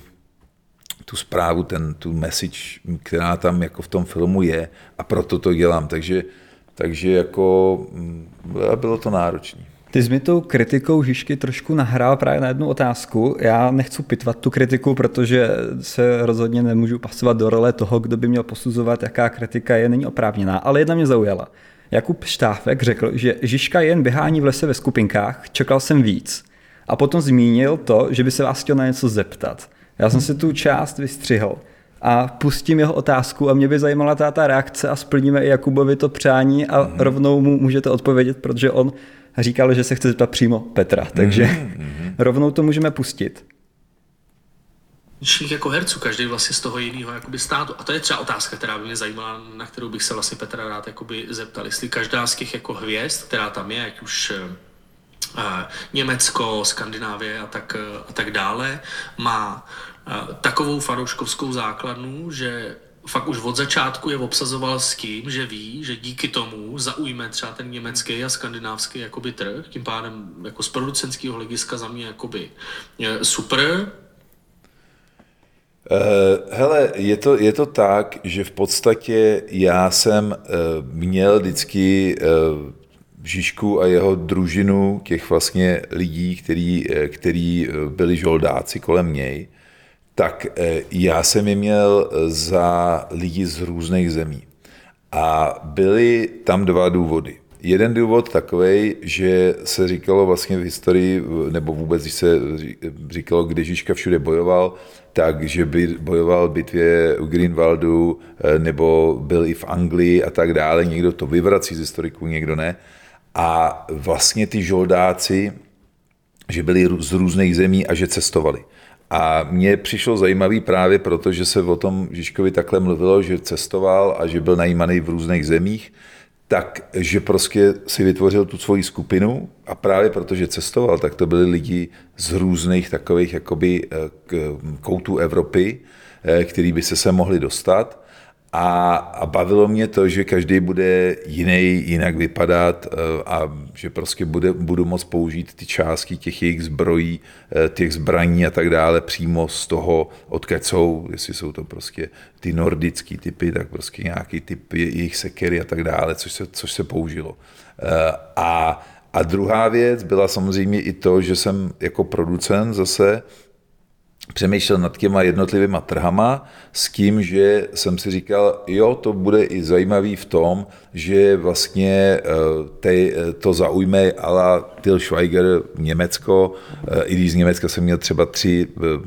zprávu, tu message, která tam jako v tom filmu je a proto to dělám. Takže jako bylo to náročné. Ty jsi mi tou kritikou Žižky trošku nahrál právě na jednu otázku. Já nechci pitvat tu kritiku, protože se rozhodně nemůžu pasovat do role toho, kdo by měl posuzovat, jaká kritika je, není oprávněná. Ale jedna mě zaujala. Jakub Štáfek řekl, že Žižka jen běhání v lese ve skupinkách, čekal jsem víc. A potom zmínil to, že by se vás chtěl na něco zeptat. Já jsem si tu část vystřihl a pustím jeho otázku a mě by zajímala ta reakce a splníme i Jakubovi to přání a rovnou mu můžete odpovědět, protože on říkal, že se chce zeptat přímo Petra, takže rovnou to můžeme pustit. Jako herců, každý vlastně z toho jiného jakoby státu. A to je třeba otázka, která by mě zajímala, na kterou bych se vlastně Petra rád jakoby zeptal. Jestli každá z těch jako hvězd, která tam je, ať už Německo, Skandinávie a tak dále, má takovou fanouškovskou základnu, že fakt už od začátku je obsazoval s tím, že ví, že díky tomu zaujme třeba ten německý a skandinávský jakoby trh, tím pádem jako z producentského hlediska za mě jakoby super. Hele, je to tak, že v podstatě já jsem měl vždycky Žižku a jeho družinu těch vlastně lidí, který byli žoldáci kolem něj, tak já jsem je měl za lidi z různých zemí. A byly tam dva důvody. Jeden důvod takovej, že se říkalo vlastně v historii, nebo vůbec, když se říkalo, kde Žižka všude bojoval, takže bojoval v bitvě u Greenwaldu, nebo byl i v Anglii a tak dále. Někdo to vyvrací z historiků, někdo ne. A vlastně ty žoldáci, že byli z různých zemí a že cestovali. A mně přišlo zajímavý právě proto, že se o tom Žižkovi takhle mluvilo, že cestoval a že byl najímaný v různých zemích, tak, že prostě si vytvořil tu svoji skupinu a právě protože cestoval, tak to byli lidi z různých takových jakoby koutů Evropy, který by se mohli dostat. A bavilo mě to, že každý bude jinak vypadat a že prostě budu moct použít ty části těch jejich zbrojí, těch zbraní a tak dále přímo z toho, odkud jsou, jestli jsou to prostě ty nordický typy, tak prostě nějaký typ jejich sekery a tak dále, což se použilo. A druhá věc byla samozřejmě i to, že jsem jako producent zase přemýšlel nad těma jednotlivýma trhama s tím, že jsem si říkal, jo, to bude i zajímavý v tom, že vlastně to zaujme a la Til Schweiger Německo, i když z Německa jsem měl třeba 3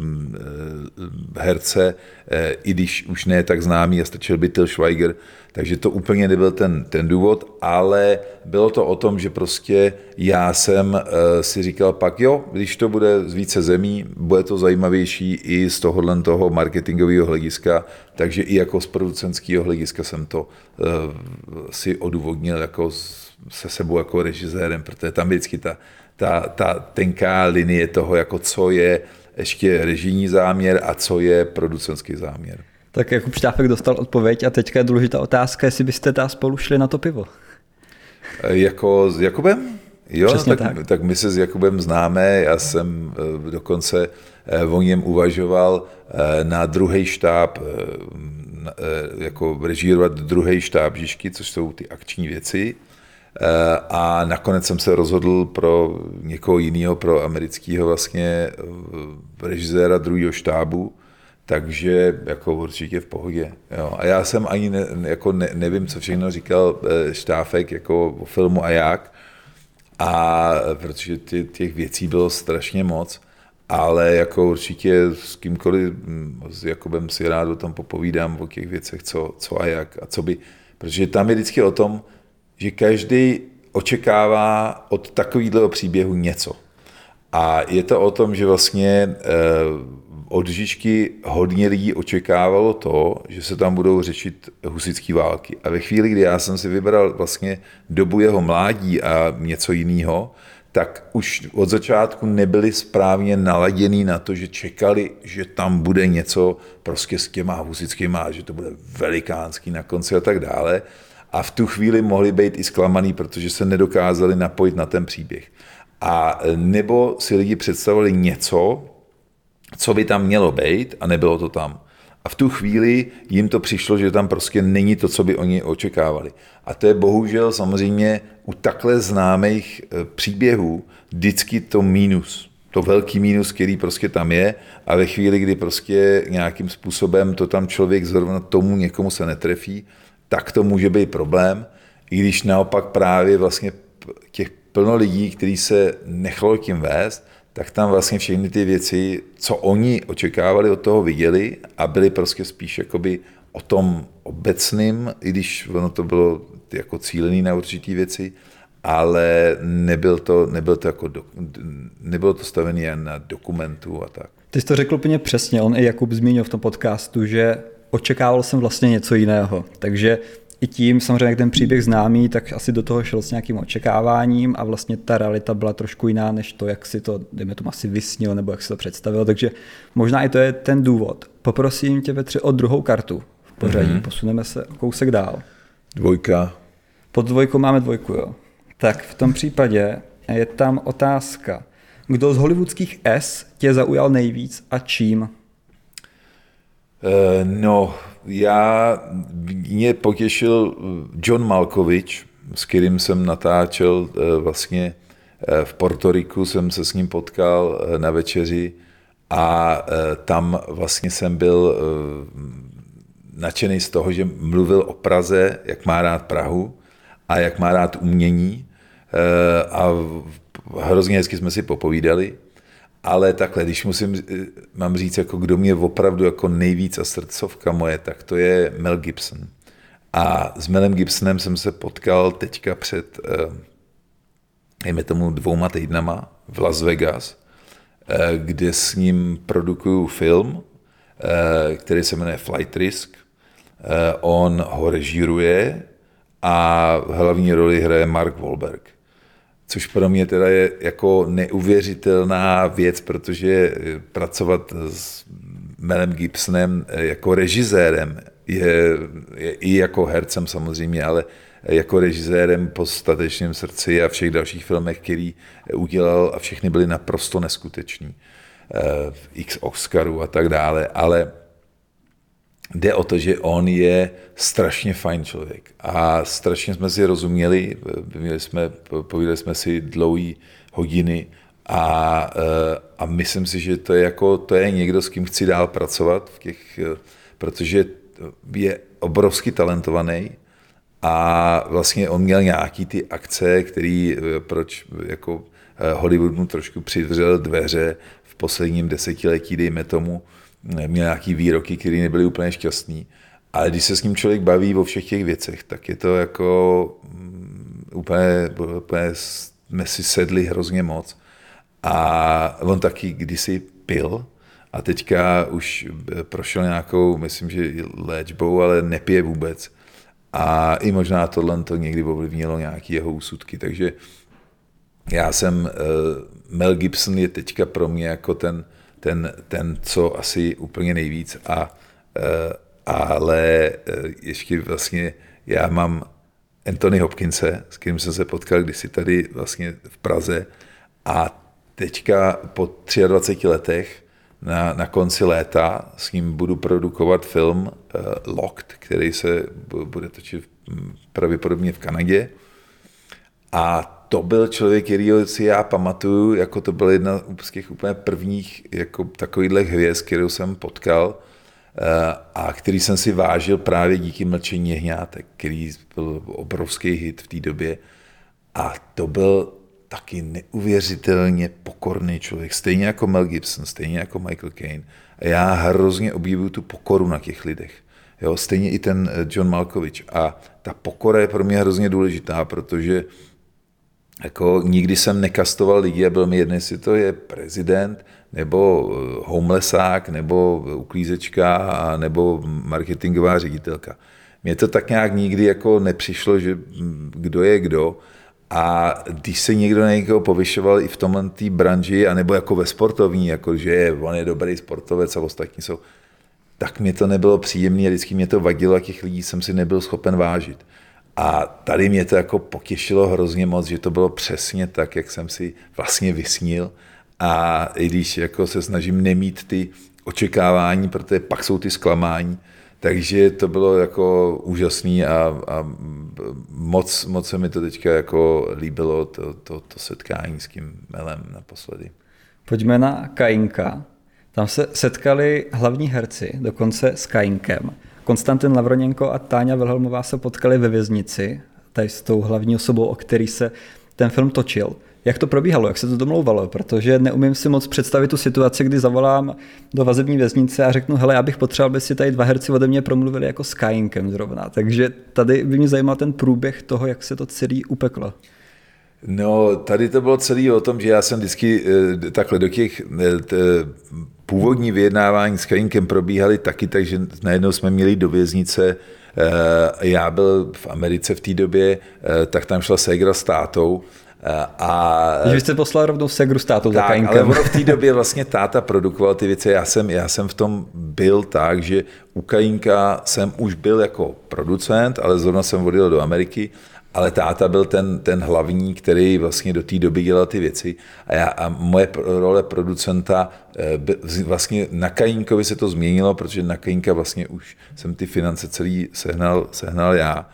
herce, i když už ne tak známý a stačil by Til Schweiger, takže to úplně nebyl ten důvod, ale bylo to o tom, že prostě já jsem si říkal pak, jo, když to bude z více zemí, bude to zajímavější i z toho marketingového hlediska, takže i jako z producentského hlediska jsem to si odůvodnil jako se sebou jako režisérem, protože tam vždycky ta tenká linie toho, jako co je ještě režijní záměr a co je producentský záměr. Tak Jakub Štáfek dostal odpověď a teďka je důležitá otázka, jestli byste spolu šli na to pivo. Jako s Jakubem? Jo, tak my se s Jakubem známe, já jsem dokonce o něm uvažoval na druhý štáb, jako režírovat druhý štáb Žižky, což jsou ty akční věci. A nakonec jsem se rozhodl pro někoho jiného, pro amerického vlastně režiséra druhého štábu, takže jako určitě v pohodě. Jo. A já jsem ani nevím, co všechno říkal Štáfek jako o filmu a jak, a protože těch věcí bylo strašně moc, ale jako určitě s kýmkoliv, s Jakubem si rád o tom popovídám, o těch věcech, co a jak a co by, protože tam je vždycky o tom, že každý očekává od takového příběhu něco. A je to o tom, že vlastně od Žižky hodně lidí očekávalo to, že se tam budou řešit husitské války. A ve chvíli, kdy já jsem si vybral vlastně dobu jeho mládí a něco jiného, tak už od začátku nebyli správně naladěný na to, že čekali, že tam bude něco prostě s těma husitskýma, že to bude velikánský na konci a tak dále. A v tu chvíli mohli být i zklamaný, protože se nedokázali napojit na ten příběh. A nebo si lidi představovali něco, co by tam mělo být, a nebylo to tam. A v tu chvíli jim to přišlo, že tam prostě není to, co by oni očekávali. A to je bohužel samozřejmě u takhle známých příběhů vždycky to mínus. To velký mínus, který prostě tam je, a ve chvíli, kdy prostě nějakým způsobem to tam člověk zrovna tomu někomu se netrefí, tak to může být problém, i když naopak právě vlastně těch plno lidí, kteří se nechalo tím vést, tak tam vlastně všechny ty věci, co oni očekávali od toho, viděli a byli prostě spíš jakoby o tom obecným, i když ono to bylo jako cílený na určitý věci, ale nebylo to stavené jen na dokumentu a tak. Ty jsi to řekl úplně přesně, on i Jakub zmínil v tom podcastu, že očekával jsem vlastně něco jiného, takže i tím samozřejmě, jak ten příběh známý, tak asi do toho šel s nějakým očekáváním a vlastně ta realita byla trošku jiná, než to, jak si to, dejme tomu, asi vysnil nebo jak si to představil, takže možná i to je ten důvod. Poprosím tě, Petře, o druhou kartu v pořadí, Posuneme se kousek dál. 2. Pod 2 máme 2, jo. Tak v tom případě je tam otázka, kdo z hollywoodských S tě zaujal nejvíc a čím? No, mě potěšil John Malkovich, s kterým jsem natáčel vlastně v Portoriku, jsem se s ním potkal na večeři a tam vlastně jsem byl nadšený z toho, že mluvil o Praze, jak má rád Prahu a jak má rád umění a hrozně hezky jsme si popovídali. Ale takhle, když mám říct, jako kdo mě opravdu jako nejvíc a srdcovka moje, tak to je Mel Gibson. A s Melem Gibsonem jsem se potkal teďka před, dejme tomu 2 týdnama v Las Vegas, kde s ním produkuju film, který se jmenuje Flight Risk. On ho režíruje a v hlavní roli hraje Mark Wahlberg. Což pro mě teda je jako neuvěřitelná věc, protože pracovat s Melem Gibsonem jako režisérem je i jako hercem samozřejmě, ale jako režisérem po Statečném srdci a všech dalších filmech, který udělal a všechny byly naprosto neskuteční. X Oscarů a tak dále, ale jde o to, že on je strašně fajn člověk a strašně jsme si rozuměli, povídali jsme si dlouhé hodiny a myslím si, že to je někdo, s kým chci dál pracovat, protože je obrovsky talentovaný a vlastně on měl nějaký ty akce, který proč jako Hollywood mu trošku přivřel dveře v posledním desetiletí, dejme tomu, měl nějaký výroky, které nebyly úplně šťastný, ale když se s ním člověk baví o všech těch věcech, tak je to jako úplně jsme si sedli hrozně moc. A on taky kdysi pil a teďka už prošel nějakou, myslím, že léčbou, ale nepije vůbec. A i možná tohle to někdy ovlivnilo nějaké jeho úsudky, takže Mel Gibson je teďka pro mě jako ten co asi úplně nejvíc, ale ještě vlastně já mám Anthony Hopkinse, s kterým jsem se potkal kdysi tady vlastně v Praze a teďka po 23 letech na konci léta s ním budu produkovat film Locked, který se bude točit pravděpodobně v Kanadě. A to byl člověk, kterýho si já pamatuju, jako to byl jedna z těch úplně prvních jako takovýchhle hvězd, kterou jsem potkal a který jsem si vážil právě díky Mlčení jehňátek, který byl obrovský hit v té době. A to byl taky neuvěřitelně pokorný člověk, stejně jako Mel Gibson, stejně jako Michael Caine. A já hrozně obdivuju tu pokoru na těch lidech. Jo, stejně i ten John Malkovich. A ta pokora je pro mě hrozně důležitá, protože jako nikdy jsem nekastoval lidi a byl mi jedno, jestli to je prezident, nebo homelessák, nebo uklízečka, nebo marketingová ředitelka. Mně to tak nějak nikdy jako nepřišlo, že kdo je kdo. A když se někdo na někoho povyšoval i v tomhle té branži, anebo jako ve sportovní, jako že on je dobrý sportovec a ostatní jsou, tak mě to nebylo příjemné a vždycky mě to vadilo a těch lidí jsem si nebyl schopen vážit. A tady mě to jako potěšilo hrozně moc, že to bylo přesně tak, jak jsem si vlastně vysnil. A i když jako se snažím nemít ty očekávání, protože pak jsou ty zklamání, takže to bylo jako úžasný a moc se mi to teďka jako líbilo, to setkání s tím Melem naposledy. Pojďme na Kajinka. Tam se setkali hlavní herci, dokonce s Kajinkem. Konstantin Lavroněnko a Táňa Wilhelmová se potkali ve věznici, tady s tou hlavní osobou, o který se ten film točil. Jak to probíhalo, jak se to domlouvalo? Protože neumím si moc představit tu situaci, kdy zavolám do vazební věznice a řeknu, hele, já bych potřeboval, aby si tady 2 herci ode mě promluvili jako s Kajinkem zrovna. Takže tady by mě zajímal ten průběh toho, jak se to celý upeklo. No, tady to bylo celý o tom, že já jsem vždycky takhle do těch původní vyjednávání s Kajinkem probíhaly taky, takže najednou jsme měli do věznice, já byl v Americe v té době, tak tam šla ségra s tátou. Takže vy jste poslal rovnou ségru s tátou za Kajinkem. Ale ono v té době vlastně táta produkoval ty věci, já jsem v tom byl tak, že u Kajinka jsem už byl jako producent, ale zrovna jsem odjel do Ameriky ale táta byl ten hlavní, který vlastně do té doby dělal ty věci a moje role producenta, vlastně na Kajínkovi se to změnilo, protože na Kajínka vlastně už jsem ty finance celý sehnal já.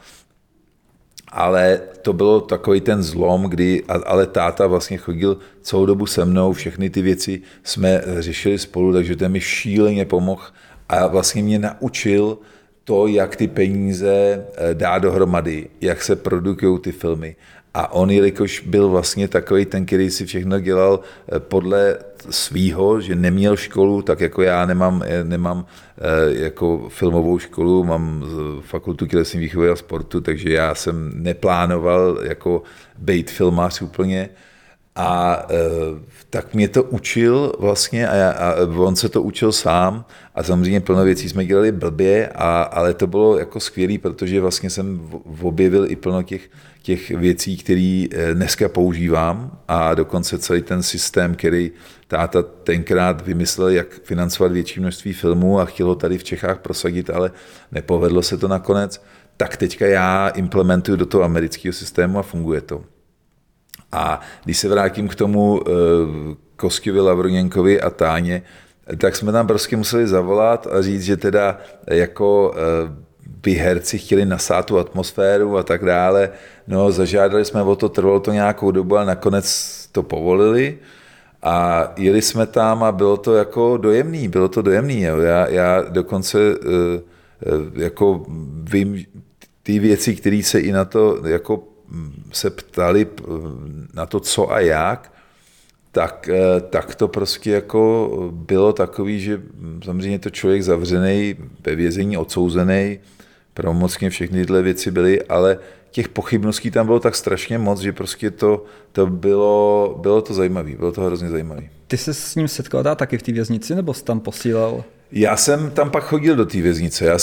Ale to bylo takový ten zlom, ale táta vlastně chodil celou dobu se mnou, všechny ty věci jsme řešili spolu, takže ten mi šíleně pomohl a vlastně mě naučil to, jak ty peníze dá dohromady, jak se produkují ty filmy. A on, jelikož byl vlastně takový ten, který si všechno dělal podle svýho, že neměl školu, tak jako já nemám jako filmovou školu, mám fakultu tělesné výchovy a sportu, takže já jsem neplánoval jako být filmář úplně. A tak mě to učil vlastně a on se to učil sám a samozřejmě plno věcí jsme dělali blbě, ale to bylo jako skvělý, protože vlastně jsem objevil i plno těch věcí, které dneska používám a dokonce celý ten systém, který táta tenkrát vymyslel, jak financovat větší množství filmů a chtěl ho tady v Čechách prosadit, ale nepovedlo se to nakonec, tak teďka já implementuju do toho amerického systému a funguje to. A když se vrátím k tomu Kostyovi, Lavroněnkovi a Táně, tak jsme tam prostě museli zavolat a říct, že teda jako by herci chtěli nasát tu atmosféru a tak dále. No, zažádali jsme o to, trvalo to nějakou dobu, ale nakonec to povolili a jeli jsme tam a bylo to jako dojemný, Jo. Já dokonce jako vím ty věci, které se i na to jako se ptali na to, co a jak, tak to prostě jako bylo takový, že samozřejmě to člověk zavřený, ve vězení odsouzený, pravomocně všechny tyhle věci byly, ale těch pochybností tam bylo tak strašně moc, že prostě to bylo to zajímavé, bylo to hrozně zajímavé. Ty se s ním setkal taky v té věznici, nebo jsi tam posílal? Já jsem tam pak chodil do té věznice,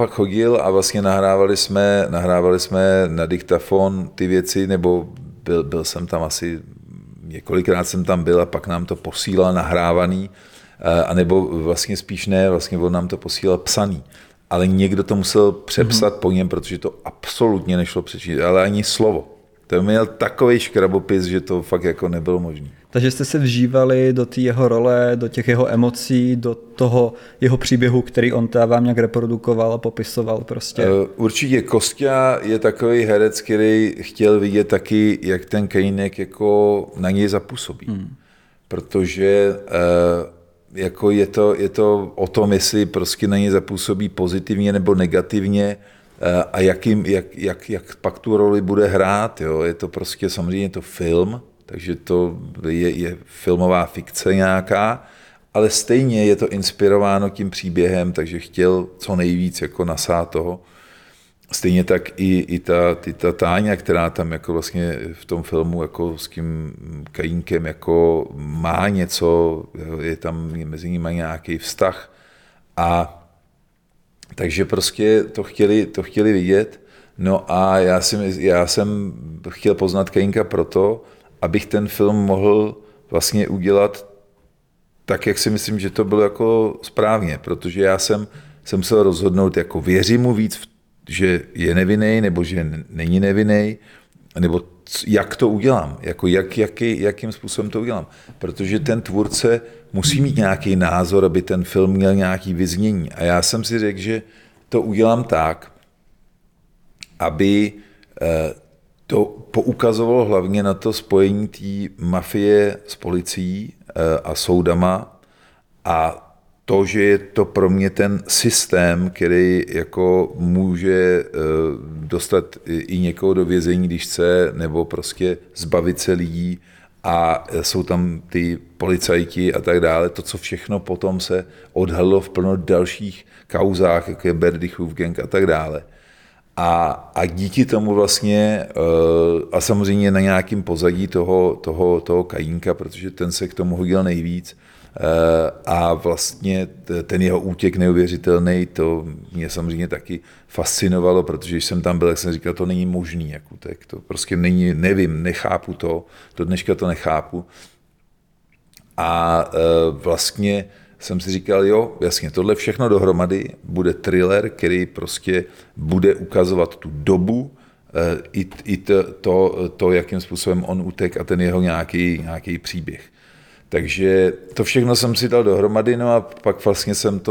a vlastně nahrávali jsme na diktafon ty věci, nebo byl jsem tam asi, několikrát jsem tam byl a pak nám to posílal nahrávaný, anebo vlastně spíš ne, vlastně on nám to posílal psaný. Ale někdo to musel přepsat po něm, protože to absolutně nešlo přečíst, ale ani slovo. To měl takový škrabopis, že to fakt jako nebylo možné. Takže jste se vžívali do té jeho role, do těch jeho emocí, do toho jeho příběhu, který on vám nějak reprodukoval a popisoval prostě? Určitě Kostya je takový herec, který chtěl vidět taky, jak ten Kajínek jako na něj zapůsobí. Protože jako je to o tom, jestli prostě na něj zapůsobí pozitivně nebo negativně a jak pak tu roli bude hrát. Jo? Je to prostě samozřejmě to film, takže to je filmová fikce nějaká, ale stejně je to inspirováno tím příběhem, takže chtěl co nejvíc jako nasát toho. Stejně tak i ta Táňa, která tam jako vlastně v tom filmu jako s tím Kajínkem jako má něco, je tam mezi nimi nějaký vztah a takže prostě to chtěli vidět. No a já jsem chtěl poznat Kajínka proto, abych ten film mohl vlastně udělat tak, jak si myslím, že to bylo jako správně, protože já jsem musel rozhodnout, jako věřím mu víc, že je nevinný, nebo že není nevinný, nebo jak to udělám, jako jakým způsobem to udělám. Protože ten tvůrce musí mít nějaký názor, aby ten film měl nějaký vyznění. A já jsem si řekl, že to udělám tak, aby to poukazovalo hlavně na to spojení té mafie s policií a soudama a to, že je to pro mě ten systém, který jako může dostat i někoho do vězení, když chce, nebo prostě zbavit se lidí a jsou tam ty policajti a tak dále. To, co všechno potom se odhalilo v plno dalších kauzách, jako je Berdychův gang a tak dále. A díky tomu vlastně, a samozřejmě na nějakém pozadí toho Kajínka, protože ten se k tomu hodil nejvíc, a vlastně ten jeho útěk neuvěřitelný, to mě samozřejmě taky fascinovalo, protože když jsem tam byl, jak jsem říkal, to není možný, jak útek, to prostě není, nevím, nechápu to, do dneška to nechápu. A vlastně jsem si říkal, jo, jasně, tohle všechno dohromady bude thriller, který prostě bude ukazovat tu dobu I to, jakým způsobem on utek a ten jeho nějaký příběh. Takže to všechno jsem si dal dohromady, no a pak vlastně jsem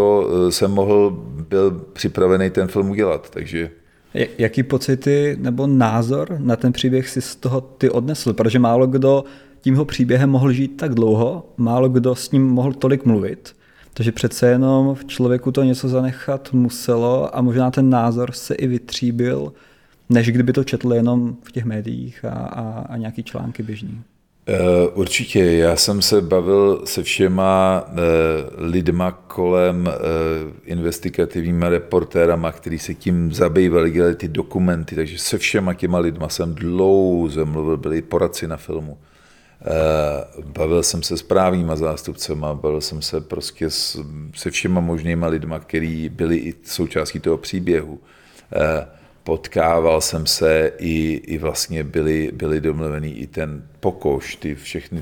byl připravený ten film udělat, takže... Jaký pocity nebo názor na ten příběh si z toho ty odnesl? Protože málo kdo tímho příběhem mohl žít tak dlouho, málo kdo s ním mohl tolik mluvit, takže přece jenom v člověku to něco zanechat muselo a možná ten názor se i vytříbil, než kdyby to četl jenom v těch médiích a nějaký články běžný. Určitě, já jsem se bavil se všema lidma kolem investigativníma reportérama, kteří se tím zabývali, dělali ty dokumenty, takže se všema těma lidma jsem dlouze mluvil, byli poradci na filmu. Bavil jsem se s právníma zástupcema, bavil jsem se prostě se všema možnýma lidma, kteří byli i součástí toho příběhu. Potkával jsem se i vlastně byli domluvený i ten Pokoš, všechny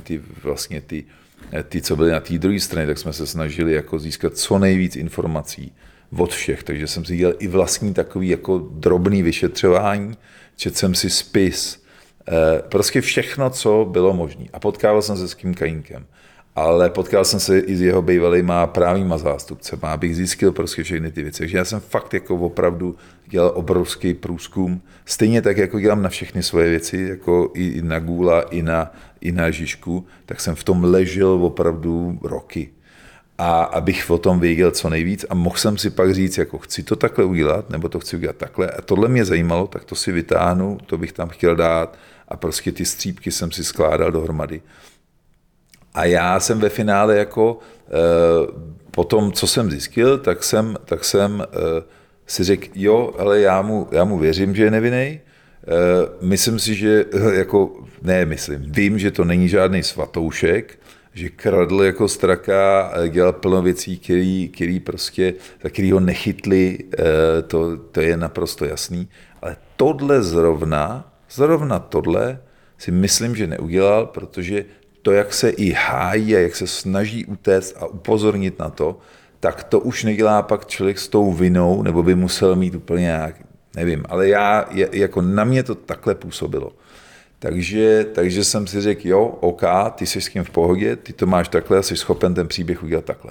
ty, co byly na té druhé straně, tak jsme se snažili jako získat co nejvíc informací od všech, takže jsem si dělal i vlastní takový jako drobný vyšetřování, četl jsem si spis, prostě všechno, co bylo možné. A potkával jsem se s Kim Kajínkem, ale potkal jsem se i s jeho bývalýma právníma zástupcema, abych zjistil prostě všechny ty věci. Takže já jsem fakt jako opravdu dělal obrovský průzkum, stejně tak, jako dělám na všechny svoje věci, jako i na Gůla, i na Žižku, tak jsem v tom ležel opravdu roky. A abych o tom věděl co nejvíc a mohl jsem si pak říct, jako chci to takhle udělat, nebo to chci udělat takhle. A tohle mě zajímalo, tak to si vytáhnu, to bych tam chtěl dát a prostě ty střípky jsem si skládal dohromady. A já jsem ve finále jako po tom, co jsem zjistil, tak jsem si řekl, jo, ale já mu věřím, že je nevinnej. Myslím si, že vím, že to není žádný svatoušek, že kradl jako straka, dělal plno věcí, za který ho nechytli, to je naprosto jasný. Ale tohle zrovna tohle si myslím, že neudělal, protože to, jak se i hájí a jak se snaží utéct a upozornit na to, tak to už nedělá pak člověk s tou vinou, nebo by musel mít úplně nějak, nevím, ale jako na mě to takhle působilo. Takže jsem si řekl, jo, OK, ty jsi s tím v pohodě, ty to máš takhle a jsi schopen ten příběh udělat takhle.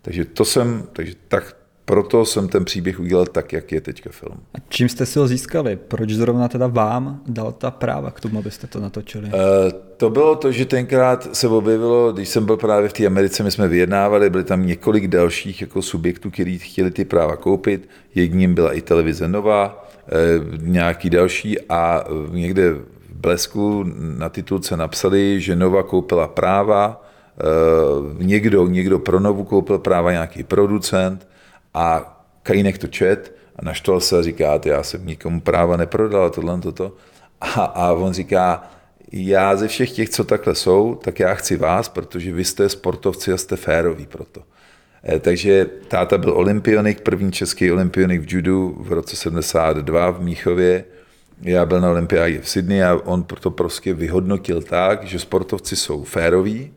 Proto jsem ten příběh udělal tak, jak je teďka film. A čím jste si ho získali? Proč zrovna teda vám dal ta práva k tomu, abyste to natočili? To bylo to, že tenkrát se objevilo, když jsem byl právě v té Americe, my jsme vyjednávali, byly tam několik dalších jako subjektů, kteří chtěli ty práva koupit. Jedním byla i televize Nova, nějaký další a někde v Blesku na titulce napsali, že Nova koupila práva, někdo pro Novu koupil práva, nějaký producent, a Kajínek to čet a naštval se a říká, já jsem nikomu práva neprodal, toto. A on říká, já ze všech těch, co takhle jsou, tak já chci vás, protože vy jste sportovci a jste féroví proto. Takže táta byl olympionik, první český olympionik v judu v roce 72 v Míchově. Já byl na olympiádě v Sydney a on proto prostě vyhodnotil tak, že sportovci jsou féroví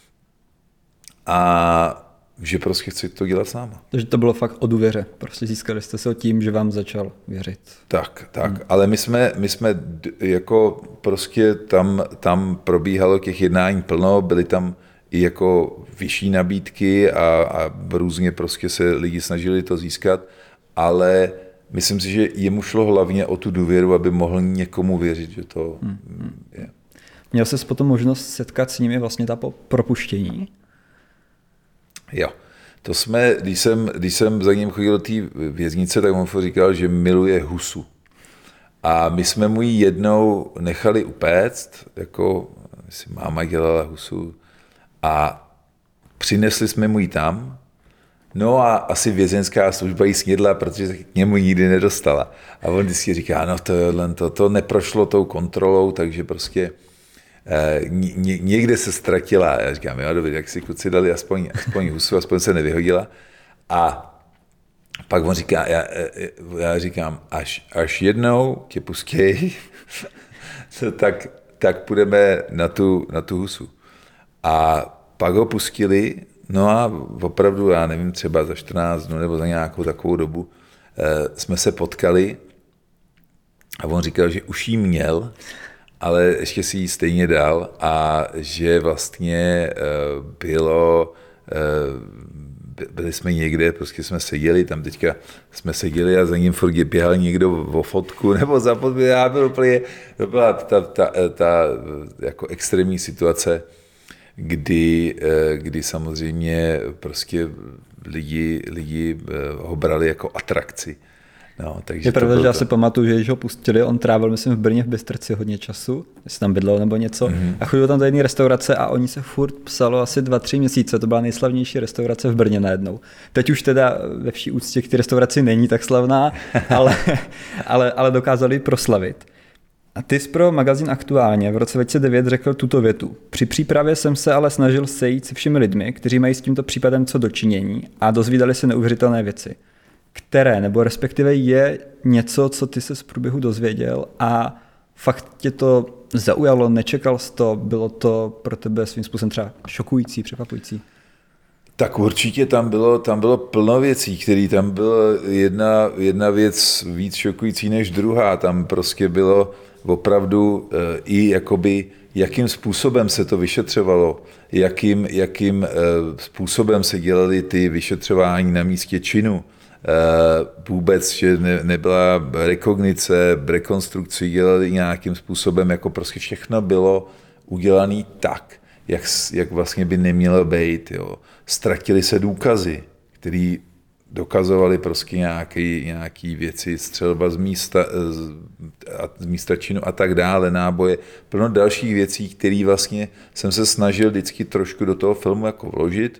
a že prostě chci to dělat s náma. Takže to bylo fakt o důvěře. Prostě získali jste se tím, že vám začal věřit. Tak. Ale my jsme jako prostě tam probíhalo těch jednání plno, byly tam i jako vyšší nabídky a různě prostě se lidi snažili to získat, ale myslím si, že jemu šlo hlavně o tu důvěru, aby mohl někomu věřit, že to je. Měl jsi potom možnost setkat s nimi vlastně ta propuštění? Jo, to jsme, když jsem za ním chodil do té věznice, tak on říkal, že miluje husu. A my jsme mu ji jednou nechali upéct, jako si máma dělala husu, a přinesli jsme mu ji tam, no a asi vězeňská služba ji snědla, protože se k němu nikdy nedostala. A on vždycky říká, no to neprošlo tou kontrolou, takže prostě někde se ztratila. Já říkám, jo, dobře, jak si kluci dali aspoň husu, aspoň se nevyhodila. A pak on říká, já říkám, až jednou tě pustěj, tak půjdeme na tu husu. A pak ho pustili, no a opravdu, já nevím, třeba za 14 dnů nebo za nějakou takovou dobu jsme se potkali A on říkal, že už jí měl, ale ještě si ji stejně dal a že vlastně byli jsme někde, prostě jsme seděli, tam teďka jsme seděli a za ním furt běhal někdo o fotku nebo za fotku, to byla ta jako extrémní situace, kdy samozřejmě prostě lidi ho brali jako atrakci. No, takže je pravda, že já si pamatuju, že když ho pustili, on trávil, myslím, v Brně v Bystrici hodně času, jestli tam bydlel nebo něco, a chodil tam do jedné restaurace a oni se furt psalo asi 2-3 měsíce, to byla nejslavnější restaurace v Brně najednou. Teď už teda ve vší úctě k té restauraci není tak slavná, ale dokázali proslavit. A ty jsi pro magazín Aktuálně v roce 2009 řekl tuto větu. Při přípravě jsem se ale snažil sejít se všemi lidmi, kteří mají s tímto případem co dočinění a dozvídali se neuvěřitelné věci. Které, nebo respektive je něco, co ty se z průběhu dozvěděl a fakt tě to zaujalo, nečekal jsi to, bylo to pro tebe svým způsobem třeba šokující, překvapující? Tak určitě tam bylo plno věcí, které tam byla jedna věc víc šokující než druhá. Tam prostě bylo opravdu i jakoby, jakým způsobem se to vyšetřovalo, jakým způsobem se dělaly ty vyšetřování na místě činu. Vůbec, že nebyla rekognice, rekonstrukci dělali nějakým způsobem, jako prostě všechno bylo udělané tak, jak vlastně by nemělo být. Jo. Ztratily se důkazy, které dokazovaly prostě nějaký věci, střelba z místa činu a tak dále, náboje, plno dalších věcí, které vlastně jsem se snažil vždycky trošku do toho filmu jako vložit,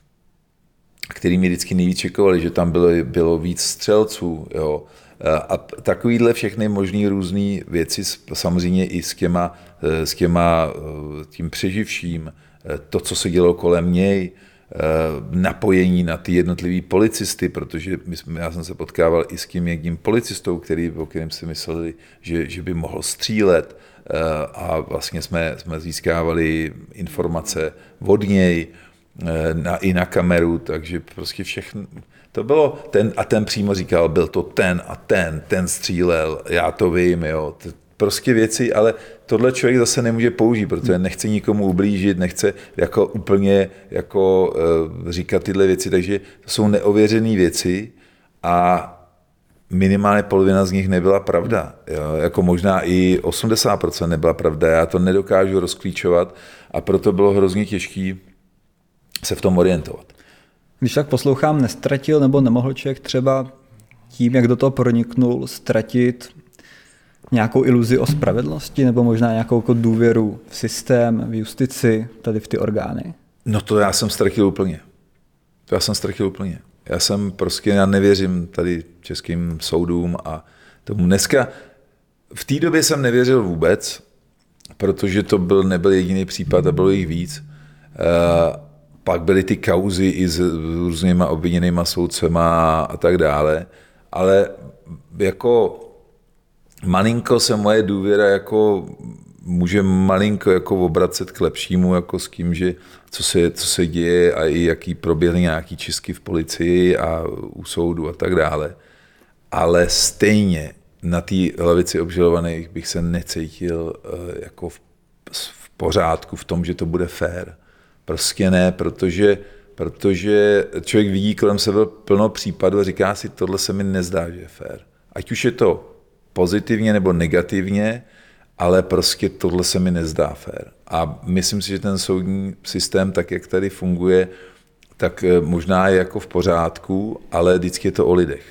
který mi vždycky nejvíc čekovali, že tam bylo víc střelců. Jo. A takovýhle všechny možný různý věci, samozřejmě i s tím přeživším, to, co se dělo kolem něj, napojení na ty jednotlivý policisty, protože já jsem se potkával i s jedním policistou, o kterém si mysleli, že by mohl střílet, a vlastně jsme získávali informace od něj, i na kameru, takže prostě všechno. To bylo ten přímo říkal, byl to ten střílel, já to vím, jo. Prostě věci, ale tohle člověk zase nemůže použít, protože nechce nikomu ublížit, nechce jako úplně jako říkat tyhle věci, takže to jsou neověřené věci a minimálně polovina z nich nebyla pravda. Jo. Jako možná i 80% nebyla pravda, já to nedokážu rozklíčovat a proto bylo hrozně těžké se v tom orientovat. Když tak poslouchám, nestratil nebo nemohl člověk třeba tím, jak do toho proniknul, ztratit nějakou iluzi o spravedlnosti nebo možná nějakou důvěru v systém, v justici, tady v ty orgány? No to já jsem ztratil úplně. Já nevěřím tady českým soudům a tomu. Dneska, v té době jsem nevěřil vůbec, protože to nebyl jediný případ a bylo jich víc. Pak byly ty kauzy i s různýma obviněnýma soudcema a tak dále, ale jako malinko se moje důvěra jako může malinko jako obracet k lepšímu, jako s tím, že co se děje a i jaký proběhly nějaký čistky v policii a u soudu a tak dále. Ale stejně na té lavici obžalovaných bych se necítil jako v pořádku v tom, že to bude fair. Prostě ne, protože člověk vidí kolem sebe plno případů a říká si, tohle se mi nezdá, že je fér. Ať už je to pozitivně nebo negativně, ale prostě tohle se mi nezdá fér. A myslím si, že ten soudní systém, tak jak tady funguje, tak možná je jako v pořádku, ale vždycky je to o lidech.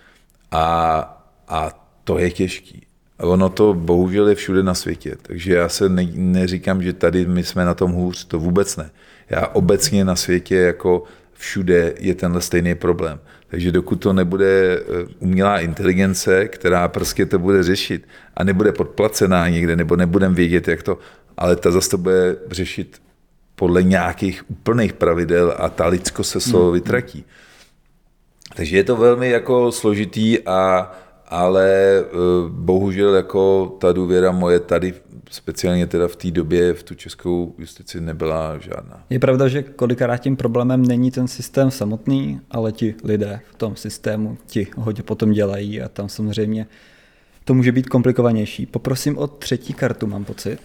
A to je těžký. A ono to bohužel je všude na světě, takže já se neříkám, že tady my jsme na tom hůř, to vůbec ne. Já obecně na světě jako všude je tenhle stejný problém. Takže dokud to nebude umělá inteligence, která prostě to bude řešit a nebude podplacená někde, nebo nebudeme vědět, jak to, ale ta zase to bude řešit podle nějakých úplných pravidel a ta lidskost se slovo vytratí. Takže je to velmi jako složitý, ale bohužel jako ta důvěra moje tady, speciálně teda v té době v tu českou justici nebyla žádná. Je pravda, že kolikrát tím problémem není ten systém samotný, ale ti lidé v tom systému ti hodně potom dělají a tam samozřejmě to může být komplikovanější. Poprosím o 3. kartu, mám pocit.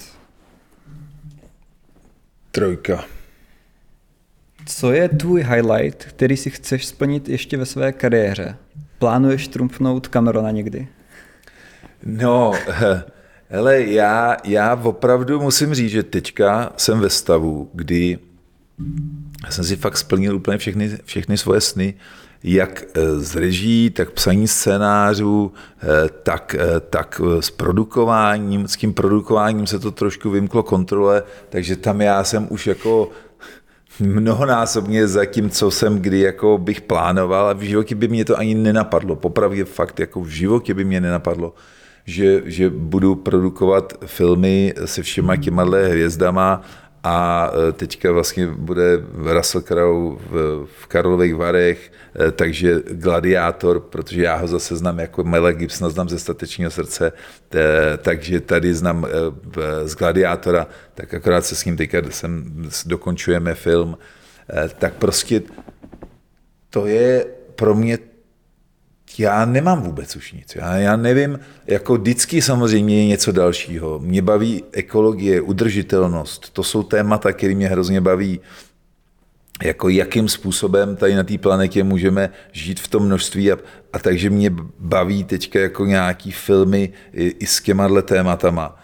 3. Co je tvůj highlight, který si chceš splnit ještě ve své kariéře? Plánuješ trumfnout Camerona někdy? No, hele, já opravdu musím říct, že teďka jsem ve stavu, kdy jsem si fakt splnil úplně všechny svoje sny, jak z reží, tak psaní scénářů, tak s produkováním. S tím produkováním se to trošku vymklo kontrole, takže tam já jsem už jako mnohonásobně za tím, co jsem kdy jako bych plánoval, a v životě by mě to ani nenapadlo. Popravdě fakt, jako v životě by mě nenapadlo, že budu produkovat filmy se všema těmahle hvězdama, a teďka vlastně bude Russell Crowe v Karlových Varech, takže Gladiátor, protože já ho zase znám jako Mela Gibsona, znám ze Statečního srdce, takže tady znám z Gladiátora, tak akorát se s ním teďka dokončujeme film. Tak prostě to je pro mě, já nemám vůbec už nic. Já nevím, jako vždycky samozřejmě je něco dalšího. Mě baví ekologie, udržitelnost. To jsou témata, které mě hrozně baví. Jako jakým způsobem tady na té planetě můžeme žít v tom množství. A takže mě baví teďka jako nějaký filmy i s těmahle tématama.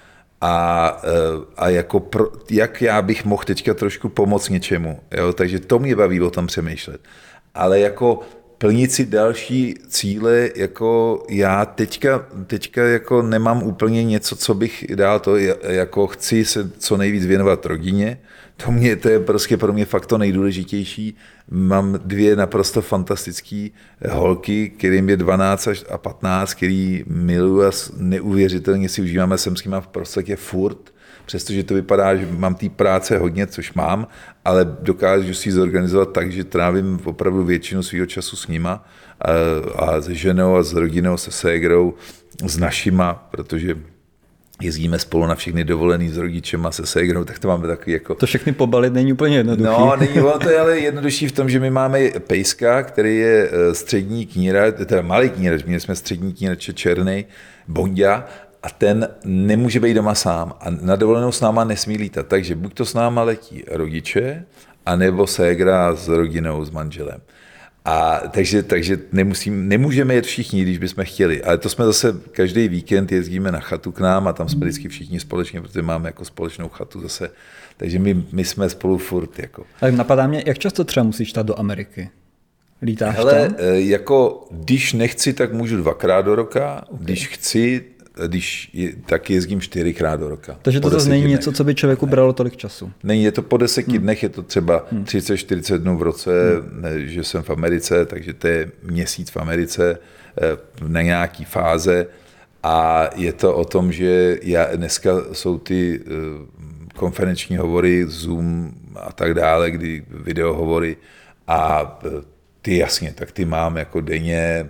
A jako jak já bych mohl teďka trošku pomoct něčemu. Jo? Takže to mě baví o tom přemýšlet. Ale jako plnit si další cíle, jako já teďka jako nemám úplně něco, co bych dál, to jako chci se co nejvíc věnovat rodině, to je prostě pro mě fakt to nejdůležitější. Mám 2 naprosto fantastické holky, kterým je 12 a 15, který miluju a neuvěřitelně si užíváme, jsem s nima v podstatě furt, přestože to vypadá, že mám té práce hodně, což mám, ale dokážu si ji zorganizovat tak, že trávím opravdu většinu svého času s nima a se ženou a s rodinou, se ségrou, s našima, protože jezdíme spolu na všechny dovolený s rodičema, se ségrou, tak to máme takový jako... To všechny pobalit není úplně jednoduché. No, to je ale jednodušší v tom, že my máme pejska, který je střední knírač, teda malý knírač, měli jsme střední knírače černý, Bonďa, a ten nemůže být doma sám a na dovolenou s náma nesmí lítat, takže buď to s náma letí rodiče, anebo ségra s rodinou, s manželem. A takže nemůžeme jet všichni, když bychom chtěli, ale to jsme zase každý víkend jezdíme na chatu k nám a tam jsme vždycky všichni společně, protože máme jako společnou chatu zase, takže my jsme spolu furt. Jako. Ale napadá mě, jak často třeba musíš jít do Ameriky? Lítáš tam? Jako když nechci, tak můžu 2krát do roka, okay. Když chci, tak jezdím 4krát do roka. Takže to zase není něco, co by člověku bralo tolik času. Není, je to po 10 dnech, je to třeba 30-40 dnů v roce, že jsem v Americe, takže to je měsíc v Americe na nějaký fáze a je to o tom, že dneska jsou ty konferenční hovory, Zoom a tak dále, kdy videohovory a ty jasně, tak ty mám jako denně,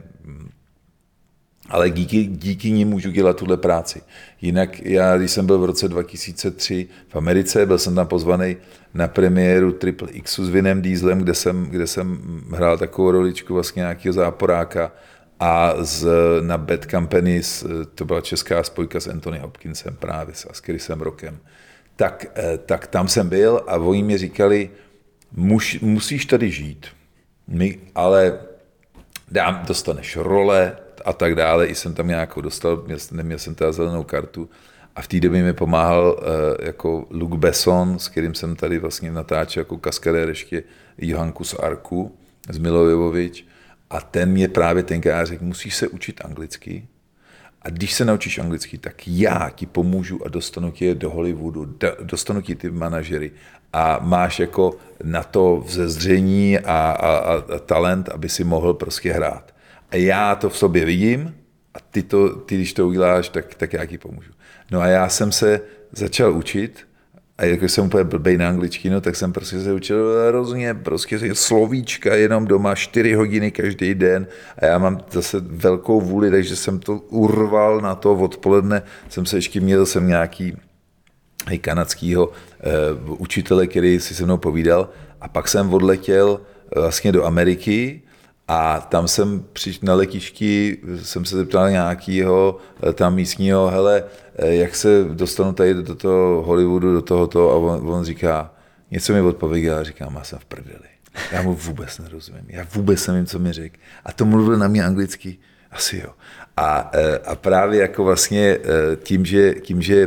ale díky ní můžu dělat tuhle práci. Jinak já, když jsem byl v roce 2003 v Americe, byl jsem tam pozvaný na premiéru Triple Xu s Vinem Dieselem, kde jsem hrál takovou roličku vlastně nějakého záporáka a na Bad Company, to byla česká spojka s Anthony Hopkinsem právě, s Chrisem Rockem. Tak tam jsem byl a oni mi říkali, musíš tady žít, ale dostaneš role, a tak dále, i jsem tam nějakou dostal, neměl jsem teda zelenou kartu a v té době mi pomáhal jako Luc Besson, s kterým jsem tady vlastně natáčel jako kaskadér ještě Johanku z Arku, z Milojevovič a ten mě právě tenkrát řekl, musíš se učit anglicky a když se naučíš anglicky, tak já ti pomůžu a dostanu tě do Hollywoodu, dostanu ti ty manažery a máš jako na to vzezření a talent, aby si mohl prostě hrát. A já to v sobě vidím a ty když to uděláš, tak já ti pomůžu. No a já jsem se začal učit a jako jsem úplně blbej na angličtinu, tak jsem prostě se učil hrozně prostě slovíčka jenom doma 4 hodiny každý den a já mám zase velkou vůli, takže jsem to urval na to odpoledne, měl jsem nějaký kanadskýho učitele, který si se mnou povídal a pak jsem odletěl vlastně do Ameriky A tam jsem na letišti, jsem se zeptal nějakého tam místního, hele, jak se dostanu tady do toho Hollywoodu, do tohoto, a on říká, něco mi odpověděl, a říkám, já jsem v prdeli. Já mu vůbec nerozumím, já vůbec nevím, co mi řekl. A to mluvil na mě anglicky, asi jo. A právě jako vlastně tím, že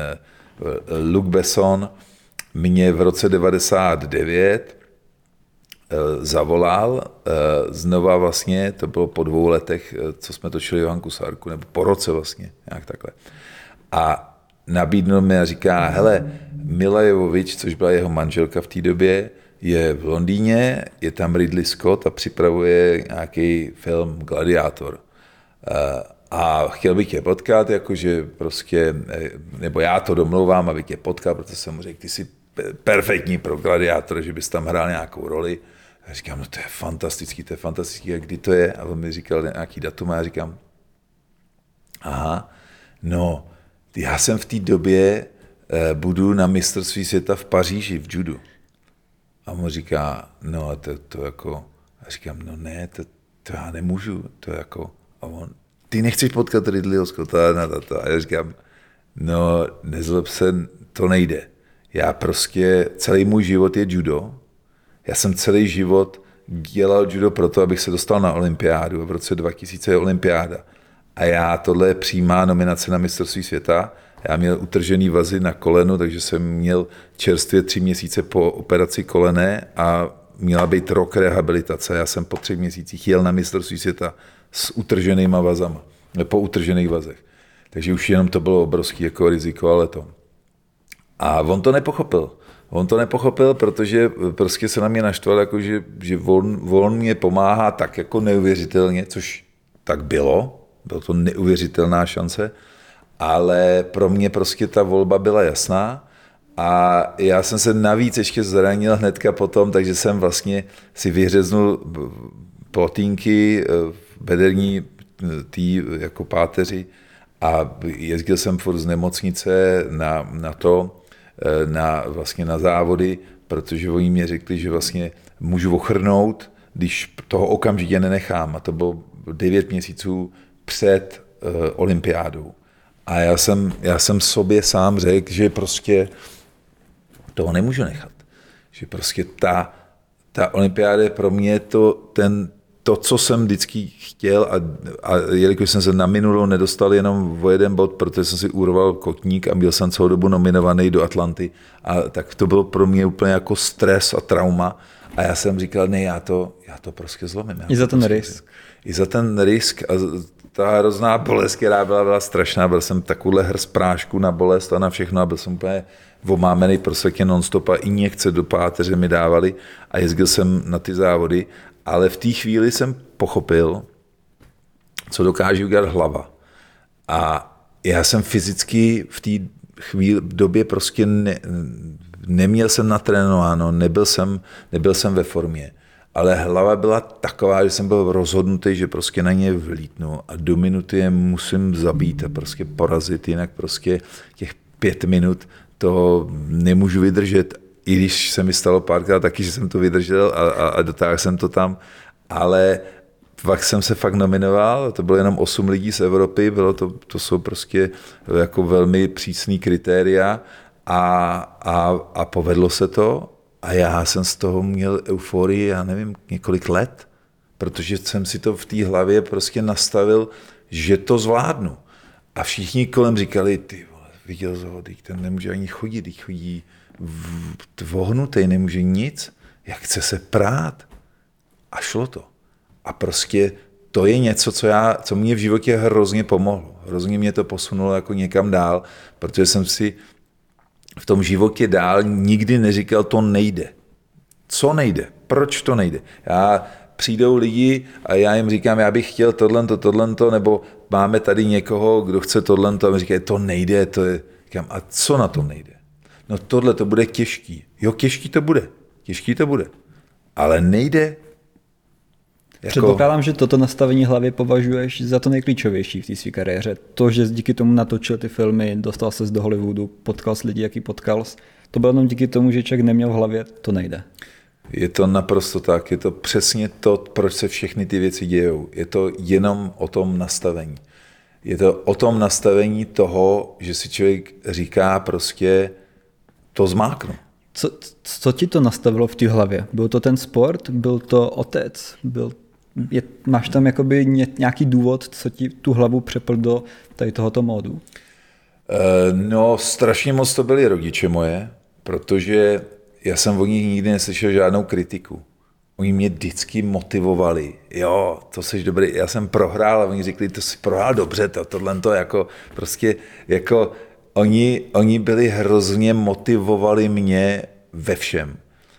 Luc Besson mě v roce 99 zavolal znova vlastně, to bylo po 2 letech, co jsme točili Johanku Sárku, nebo po roce vlastně, nějak takhle. A nabídnul mi a říká, hele, Mila Jovovich, což byla jeho manželka v té době, je v Londýně, je tam Ridley Scott a připravuje nějaký film Gladiátor. A chtěl bych tě potkat, jakože prostě, nebo já to domlouvám, abych tě potkal, protože jsem mu řekl, ty jsi perfektní pro Gladiátor, že bys tam hrál nějakou roli. A říkám, no to je fantastický, a kdy to je? A on mi říkal nějaký datum a já říkám, aha, no, já jsem v té době budu na mistrovství světa v Paříži v judu. A on říká, no a to jako, a říkám, no ne, to já nemůžu, to jako, a on, ty nechceš potkat Ridleyho Scotta, a já říkám, no nezlob se, to nejde. Já prostě, celý můj život je judo, já jsem celý život dělal judo proto, abych se dostal na olympiádu, v roce 2000 je olympiáda. A já, tohle je přímá nominace na mistrovství světa, já měl utržený vazy na kolenu, takže jsem měl čerstvě 3 měsíce po operaci kolene a měla být rok rehabilitace. Já jsem po 3 měsících jel na mistrovství světa s utrženýma vazama, po utržených vazech. Takže už jenom to bylo obrovský jako riziko, ale to. A on to nepochopil. Protože prostě se na mě naštval, jako že on mě pomáhá tak jako neuvěřitelně, což tak bylo to neuvěřitelná šance, ale pro mě prostě ta volba byla jasná a já jsem se navíc ještě zranil hnedka potom, takže jsem vlastně si vyhřeznul plotínky bederní tý jako páteři a jezdil jsem furt z nemocnice na závody, protože oni mě řekli, že vlastně můžu ochrnout, když toho okamžitě nenechám. A to bylo 9 měsíců před olympiádou. A já jsem sobě sám řekl, že prostě toho nemůžu nechat. Že prostě ta olympiáda je pro mě to, co jsem vždycky chtěl a jelikož jsem se na minulou nedostal jenom o 1 bod, protože jsem si urval kotník a byl jsem celou dobu nominovaný do Atlanty, a tak to bylo pro mě úplně jako stres a trauma a já jsem říkal, ne, já to prostě zlomím. I za ten risk. I za ten risk a ta hrozná bolest, která byla strašná, byl jsem takovouhle hrst prášku na bolest a na všechno a byl jsem úplně omámený prostě non-stop a injekce do páteře mi dávali a jezdil jsem na ty závody. Ale v té chvíli jsem pochopil, co dokáže udělat hlava. A já jsem fyzicky v té době prostě neměl jsem natrénováno, nebyl jsem ve formě. Ale hlava byla taková, že jsem byl rozhodnutý, že prostě na ně vlítnu a do minuty je musím zabít a prostě porazit, jinak prostě těch 5 minut to nemůžu vydržet. I když se mi stalo párkrát taky, že jsem to vydržel a dotáhl jsem to tam, ale pak jsem se fakt nominoval, to bylo jenom 8 lidí z Evropy, to jsou prostě jako velmi přísný kritéria a povedlo se to a já jsem z toho měl euforii, já nevím, několik let, protože jsem si to v té hlavě prostě nastavil, že to zvládnu. A všichni kolem říkali, ty vole, viděl jsi ho, ten nemůže ani chodit, chodí vohnutej, nemůže nic, jak chce se prát. A šlo to. A prostě to je něco, co mě v životě hrozně pomohlo. Hrozně mě to posunulo jako někam dál, protože jsem si v tom životě dál nikdy neříkal, to nejde. Co nejde? Proč to nejde? Přijdou lidi a já jim říkám, já bych chtěl tohleto, nebo máme tady někoho, kdo chce tohleto, a mi říkají, to nejde, to je. Říkám, a co na tom nejde? No tohle to bude těžký. Jo, těžký to bude. Ale nejde. Předpokládám, že toto nastavení hlavy považuješ za to nejklíčovější v té své kariéře. To, že díky tomu natočil ty filmy, dostal ses do Hollywoodu, potkal s lidi, jaký potkal, to bylo jenom díky tomu, že člověk neměl v hlavě, to nejde. Je to naprosto tak, je to přesně to, proč se všechny ty věci dějou. Je to jenom o tom nastavení. Je to o tom nastavení toho, že si člověk říká prostě to zmáknu. Co ti to nastavilo v té hlavě? Byl to ten sport? Byl to otec? Máš tam jakoby nějaký důvod, co ti tu hlavu přepl do tady tohoto módu? No, strašně moc to byli rodiče moje, protože já jsem od nich nikdy neslyšel žádnou kritiku. Oni mě vždycky motivovali. Jo, to jsi dobrý. Já jsem prohrál a oni řekli, to jsi prohrál dobře, tohle to jako prostě jako oni byli hrozně motivovali mě ve všem.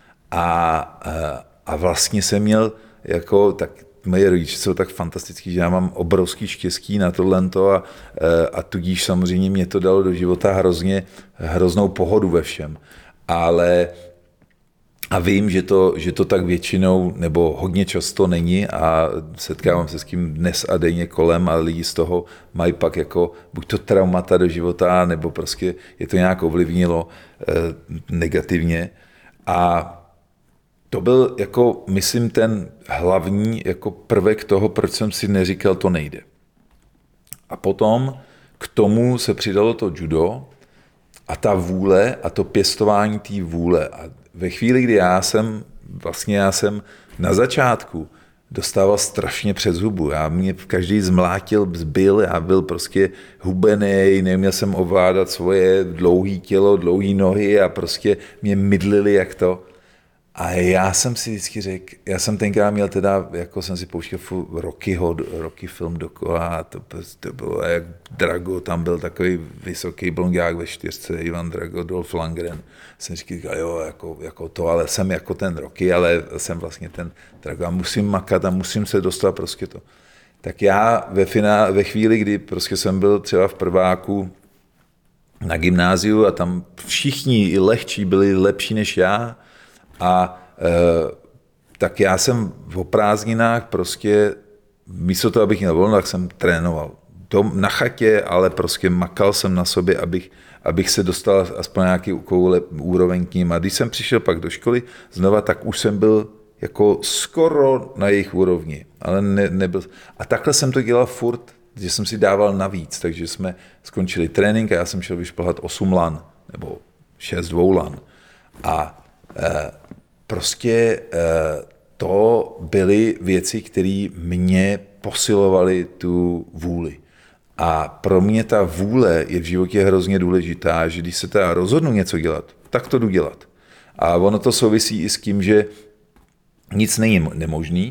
A vlastně jsem měl jako, tak moje rodiče jsou tak fantastický, že já mám obrovský štěstí na tohleto a tudíž samozřejmě mě to dalo do života hroznou pohodu ve všem. A vím, že to tak většinou nebo hodně často není a setkávám se s tím dnes a denně kolem a lidi z toho mají pak jako buď to traumata do života, nebo prostě je to nějak ovlivnilo negativně. A to byl jako, myslím, ten hlavní jako prvek toho, proč jsem si neříkal, to nejde. A potom k tomu se přidalo to judo a ta vůle a to pěstování té vůle. A ve chvíli, kdy já jsem na začátku dostával strašně přes hubu. Mě každý zmlátil, zbyl, já byl prostě hubenej, neměl jsem ovládat svoje dlouhé tělo, dlouhé nohy a prostě mě mydlili jak to. A já jsem si vždycky řekl, já jsem tenkrát měl teda, jako jsem si pouštěl Rocky film dokola a to bylo jak Drago, tam byl takový vysoký blonďák ve 4, Ivan Drago, Dolph Lundgren. Jsem říkal, jo, jako to, ale jsem jako ten Rocky, ale jsem vlastně ten Drago a musím makat a musím se dostat prostě to. Tak já ve chvíli, kdy prostě jsem byl třeba v prváku na gymnáziu a tam všichni i lehčí byli lepší než já, tak já jsem v prázdninách prostě, místo toho, abych měl volno, tak jsem trénoval. Na chatě, ale prostě makal jsem na sobě, abych se dostal aspoň nějaký úroveň k ním. A když jsem přišel pak do školy znova, tak už jsem byl jako skoro na jejich úrovni, ale nebyl. A takhle jsem to dělal furt, že jsem si dával navíc, takže jsme skončili trénink a já jsem šel vyšplhat 8 lan, nebo 6 dvoulan. A prostě to byly věci, které mě posilovaly tu vůli. A pro mě ta vůle je v životě hrozně důležitá, že když se teda rozhodnu něco dělat, tak to jdu dělat. A ono to souvisí i s tím, že nic není nemožný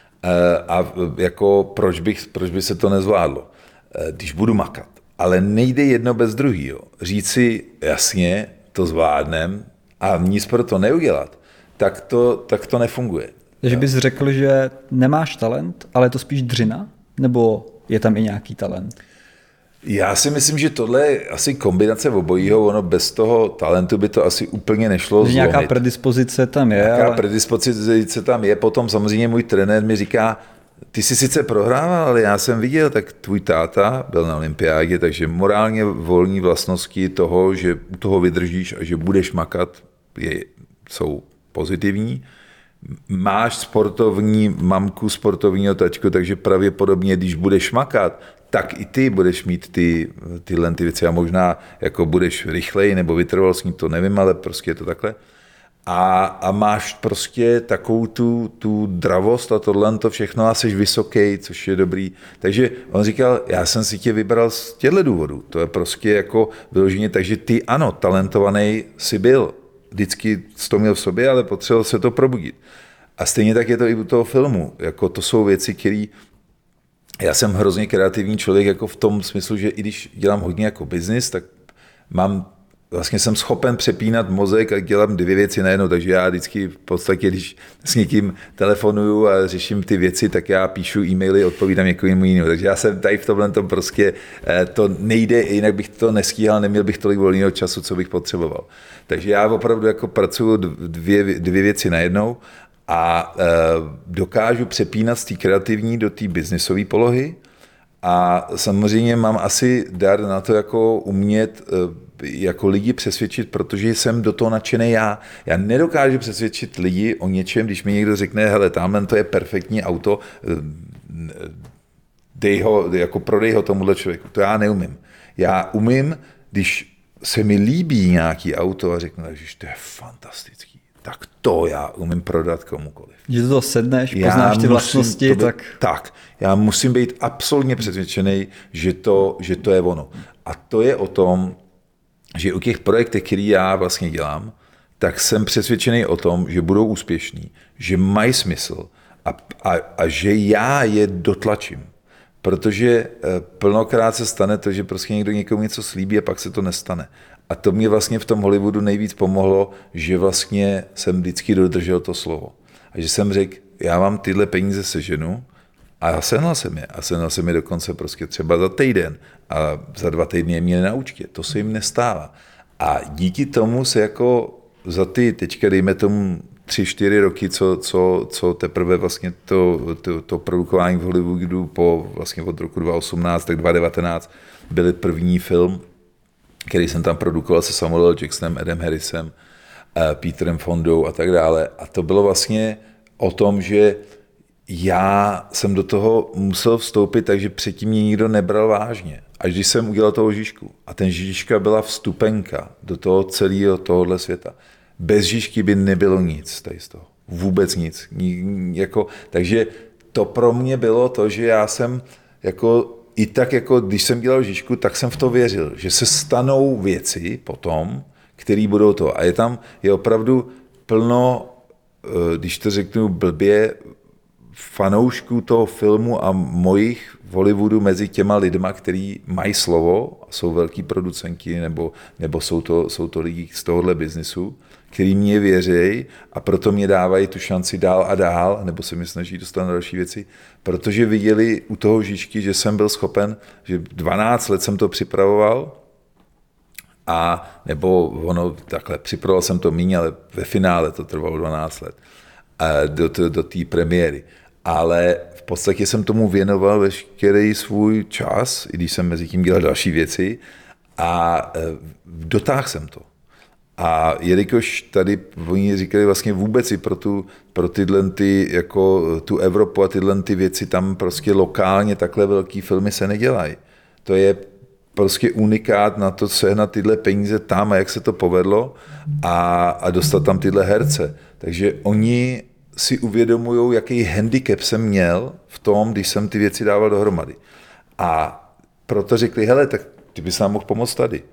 a jako proč by se to nezvládlo, když budu makat. Ale nejde jedno bez druhého. Říct si jasně, to zvládnem, a nic pro to neudělat, tak to nefunguje. Takže bys řekl, že nemáš talent, ale je to spíš dřina? Nebo je tam i nějaký talent? Já si myslím, že tohle je asi kombinace obojího, ono bez toho talentu by to asi úplně nešlo zlomit. Nějaká predispozice tam je. Nějaká predispozice tam je, potom samozřejmě můj trenér mi říká, ty jsi sice prohrával, ale já jsem viděl, tak tvůj táta byl na olympiádě, takže morálně volní vlastnosti toho, že u toho vydržíš a že budeš makat, jsou pozitivní. Máš mamku sportovního tačku, takže pravděpodobně, když budeš makat, tak i ty budeš mít tyhle věci a možná jako budeš rychleji nebo vytrvalostní, to nevím, ale prostě je to takhle. A máš prostě takovou tu dravost a tohle to všechno a jsi vysoký, což je dobrý. Takže on říkal, já jsem si tě vybral z těchto důvodů. To je prostě jako vyloženě, takže ty ano, talentovaný jsi byl. Vždycky jsi to měl v sobě, ale potřeboval se to probudit. A stejně tak je to i u toho filmu. Jako to jsou věci, které já jsem hrozně kreativní člověk jako v tom smyslu, že i když dělám hodně jako biznis, tak vlastně jsem schopen přepínat mozek a dělám 2 věci najednou, takže já vždycky v podstatě, když s někým telefonuju a řeším ty věci, tak já píšu e-maily, odpovídám někomu jinému. Takže já jsem tady v tomhle tom prostě, to nejde, jinak bych to nestíhal, neměl bych tolik volného času, co bych potřeboval. Takže já opravdu jako pracuju 2 věci najednou a dokážu přepínat z té kreativní do té biznisové polohy. A samozřejmě mám asi dar na to, jako umět jako lidi přesvědčit, protože jsem do toho nadšený já. Já nedokážu přesvědčit lidi o něčem, když mi někdo řekne, hele, tamhle to je perfektní auto, prodej ho tomuhle člověku. To já neumím. Já umím, když se mi líbí nějaký auto a řeknu, že to je fantastický, tak to já umím prodat komukoliv. Že to sedneš, poznáš ty vlastnosti, tak. Já musím být absolutně přesvědčený, že to je ono. A to je o tom, že u těch projektech, který já vlastně dělám, tak jsem přesvědčený o tom, že budou úspěšní, že mají smysl a že já je dotlačím. Protože plnokrát se stane to, že prostě někdo někomu něco slíbí a pak se to nestane. A to mě vlastně v tom Hollywoodu nejvíc pomohlo, že vlastně jsem vždycky dodržel to slovo. A že jsem řekl, já vám tyhle peníze seženu a sehnal jsem je. A sehnal jsem je dokonce prostě třeba za týden a za 2 týdny je měli na účtě. To se jim nestává. A díky tomu se jako za ty teďka dejme tomu 3-4 roky, co teprve vlastně to produkování v Hollywoodu vlastně od roku 2018, tak 2019 byl první film, který jsem tam produkoval se Samuelem Jacksonem, Edem Harrisem, Peterem Fondou a tak dále. A to bylo vlastně o tom, že já jsem do toho musel vstoupit, takže předtím mě nikdo nebral vážně. Až když jsem udělal toho Žižku. A ten Žižka byla vstupenka do toho celého tohohle světa. Bez Žižky by nebylo nic tady z toho. Vůbec nic. Takže to pro mě bylo to, že já jsem i tak, když jsem dělal Žižku, tak jsem v to věřil, že se stanou věci potom, které budou to. A je opravdu plno, když to řeknu blbě, fanoušků toho filmu a mojich v Hollywoodu mezi těma lidma, kteří mají slovo, jsou velký producenti nebo jsou to lidi z tohohle biznisu, který mě věří a proto mě dávají tu šanci dál a dál, nebo se mi snaží dostat na další věci, protože viděli u toho Žižky, že jsem byl schopen, že 12 let jsem to připravoval připravoval jsem to míň, ale ve finále to trvalo 12 let do té premiéry. Ale v podstatě jsem tomu věnoval veškerý svůj čas, i když jsem mezi tím dělal další věci a dotáhl jsem to. A jelikož tady oni říkali vlastně vůbec i pro tyhle tu Evropu a tyhle ty věci tam prostě lokálně takhle velký filmy se nedělají. To je prostě unikát na to sehnat tyhle peníze tam a jak se to povedlo a dostat tam tyhle herce. Takže oni si uvědomují, jaký handicap jsem měl v tom, když jsem ty věci dával dohromady. A proto řekli, hele, tak ty bys nám mohl pomoct tady.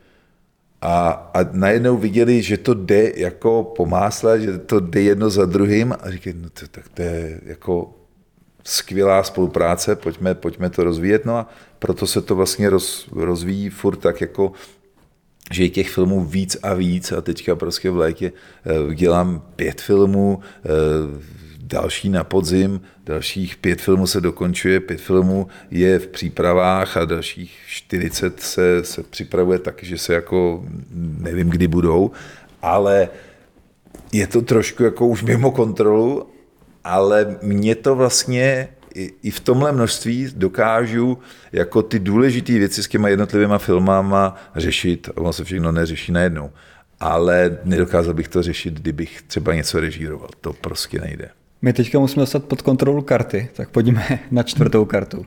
A najednou viděli, že to jde jako po másle, že to jde jedno za druhým a říkají, no tak to je jako skvělá spolupráce, pojďme to rozvíjet. No a proto se to vlastně rozvíjí furt tak jako, že je těch filmů víc a víc a teďka prostě v létě dělám 5 filmů, další na podzim, dalších 5 filmů se dokončuje, 5 filmů je v přípravách a dalších 40 se připravuje tak, že se jako nevím, kdy budou, ale je to trošku jako už mimo kontrolu, ale mě to vlastně i v tomhle množství dokážu jako ty důležité věci s těma jednotlivýma filmama řešit, a ono se všechno neřeší najednou, ale nedokázal bych to řešit, kdybych třeba něco režíroval, to prostě nejde. My teďka musíme dostat pod kontrolu karty, tak pojďme na 4. kartu.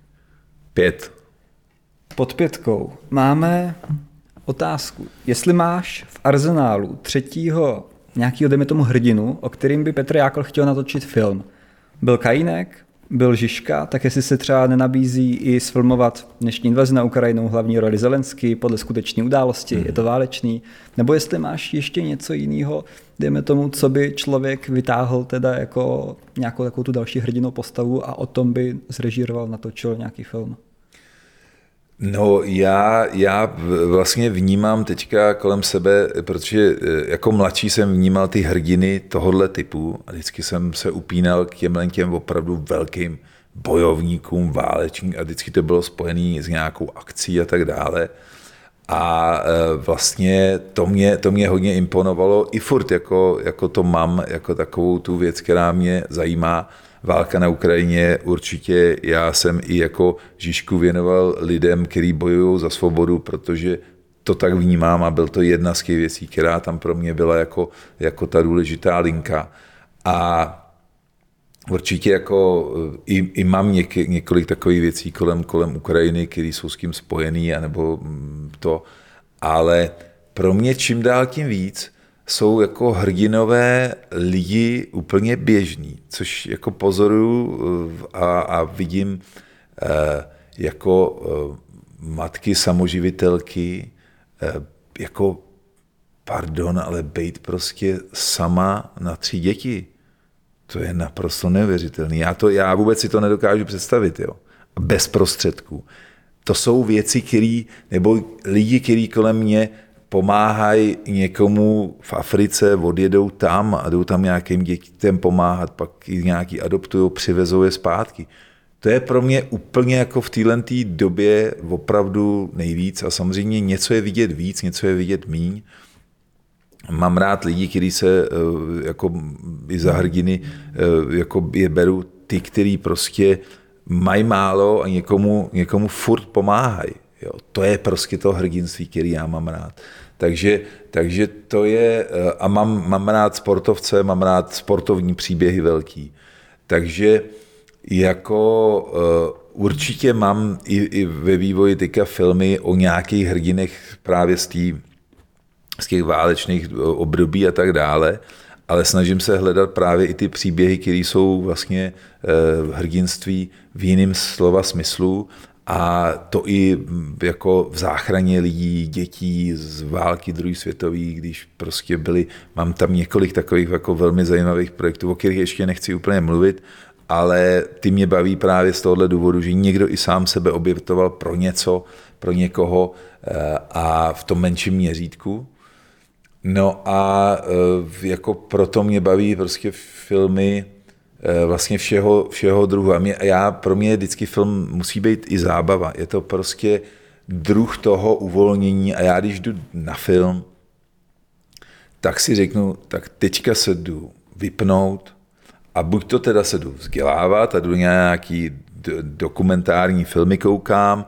5. Pod 5 máme otázku. Jestli máš v arzenálu 3. nějakýho, dejme tomu, hrdinu, o kterým by Petr Jákl chtěl natočit film. Byl Kajínek, byl Žižka, tak jestli se třeba nenabízí i sfilmovat dnešní invazi na Ukrajinu, hlavní roli Zelenský, podle skutečné události, je to válečný, nebo jestli máš ještě něco jiného, dejme tomu, co by člověk vytáhl teda jako nějakou takovou tu další hrdinou postavu a o tom by zrežíroval, natočil nějaký film. No já vlastně vnímám teďka kolem sebe, protože jako mladší jsem vnímal ty hrdiny tohohle typu a vždycky jsem se upínal k těm opravdu velkým bojovníkům, válečníkům a vždycky to bylo spojené s nějakou akcí a tak dále. A vlastně to mě hodně imponovalo i furt jako to mám, jako takovou tu věc, která mě zajímá. Válka na Ukrajině určitě, já jsem i jako Žižku věnoval lidem, kteří bojují za svobodu, protože to tak vnímám a byl to jedna z těch věcí, která tam pro mě byla jako ta důležitá linka. A určitě jako i mám několik takových věcí kolem Ukrajiny, které jsou s tím spojený, anebo to, ale pro mě čím dál tím víc jsou jako hrdinové lidi úplně běžní, což jako pozoruju a vidím jako matky samoživitelky, jako pardon, ale bejt prostě sama na 3 děti. To je naprosto neuvěřitelné. Já vůbec si to nedokážu představit, jo. Bez prostředků. To jsou věci, nebo lidi, kteří kolem mě pomáhají někomu v Africe, odjedou tam a jdou tam nějakým dětem pomáhat, pak nějaký adoptujou, přivezou je zpátky. To je pro mě úplně jako v této době opravdu nejvíc a samozřejmě něco je vidět víc, něco je vidět míň. Mám rád lidi, kteří se jako i za hrdiny jako je beru ty, kteří prostě mají málo a někomu furt pomáhají. Jo, to je prostě to hrdinství, který já mám rád. Takže to je, a mám rád sportovce, mám rád sportovní příběhy velký. Takže jako určitě mám i ve vývoji teďka filmy o nějakých hrdinech právě z těch válečných období a tak dále, ale snažím se hledat právě i ty příběhy, které jsou vlastně hrdinství v jiném slova smyslu, a to i jako v záchraně lidí, dětí z války druhé světové, když prostě mám tam několik takových jako velmi zajímavých projektů, o kterých ještě nechci úplně mluvit, ale ty mě baví právě z tohohle důvodu, že někdo i sám sebe obětoval pro něco, pro někoho a v tom menším měřítku. No a jako proto mě baví prostě filmy vlastně všeho druhu. Pro mě vždycky film musí být i zábava. Je to prostě druh toho uvolnění a já když jdu na film, tak si řeknu, tak teďka se jdu vypnout a buď to teda se jdu vzdělávat a jdu nějaký dokumentární filmy koukám,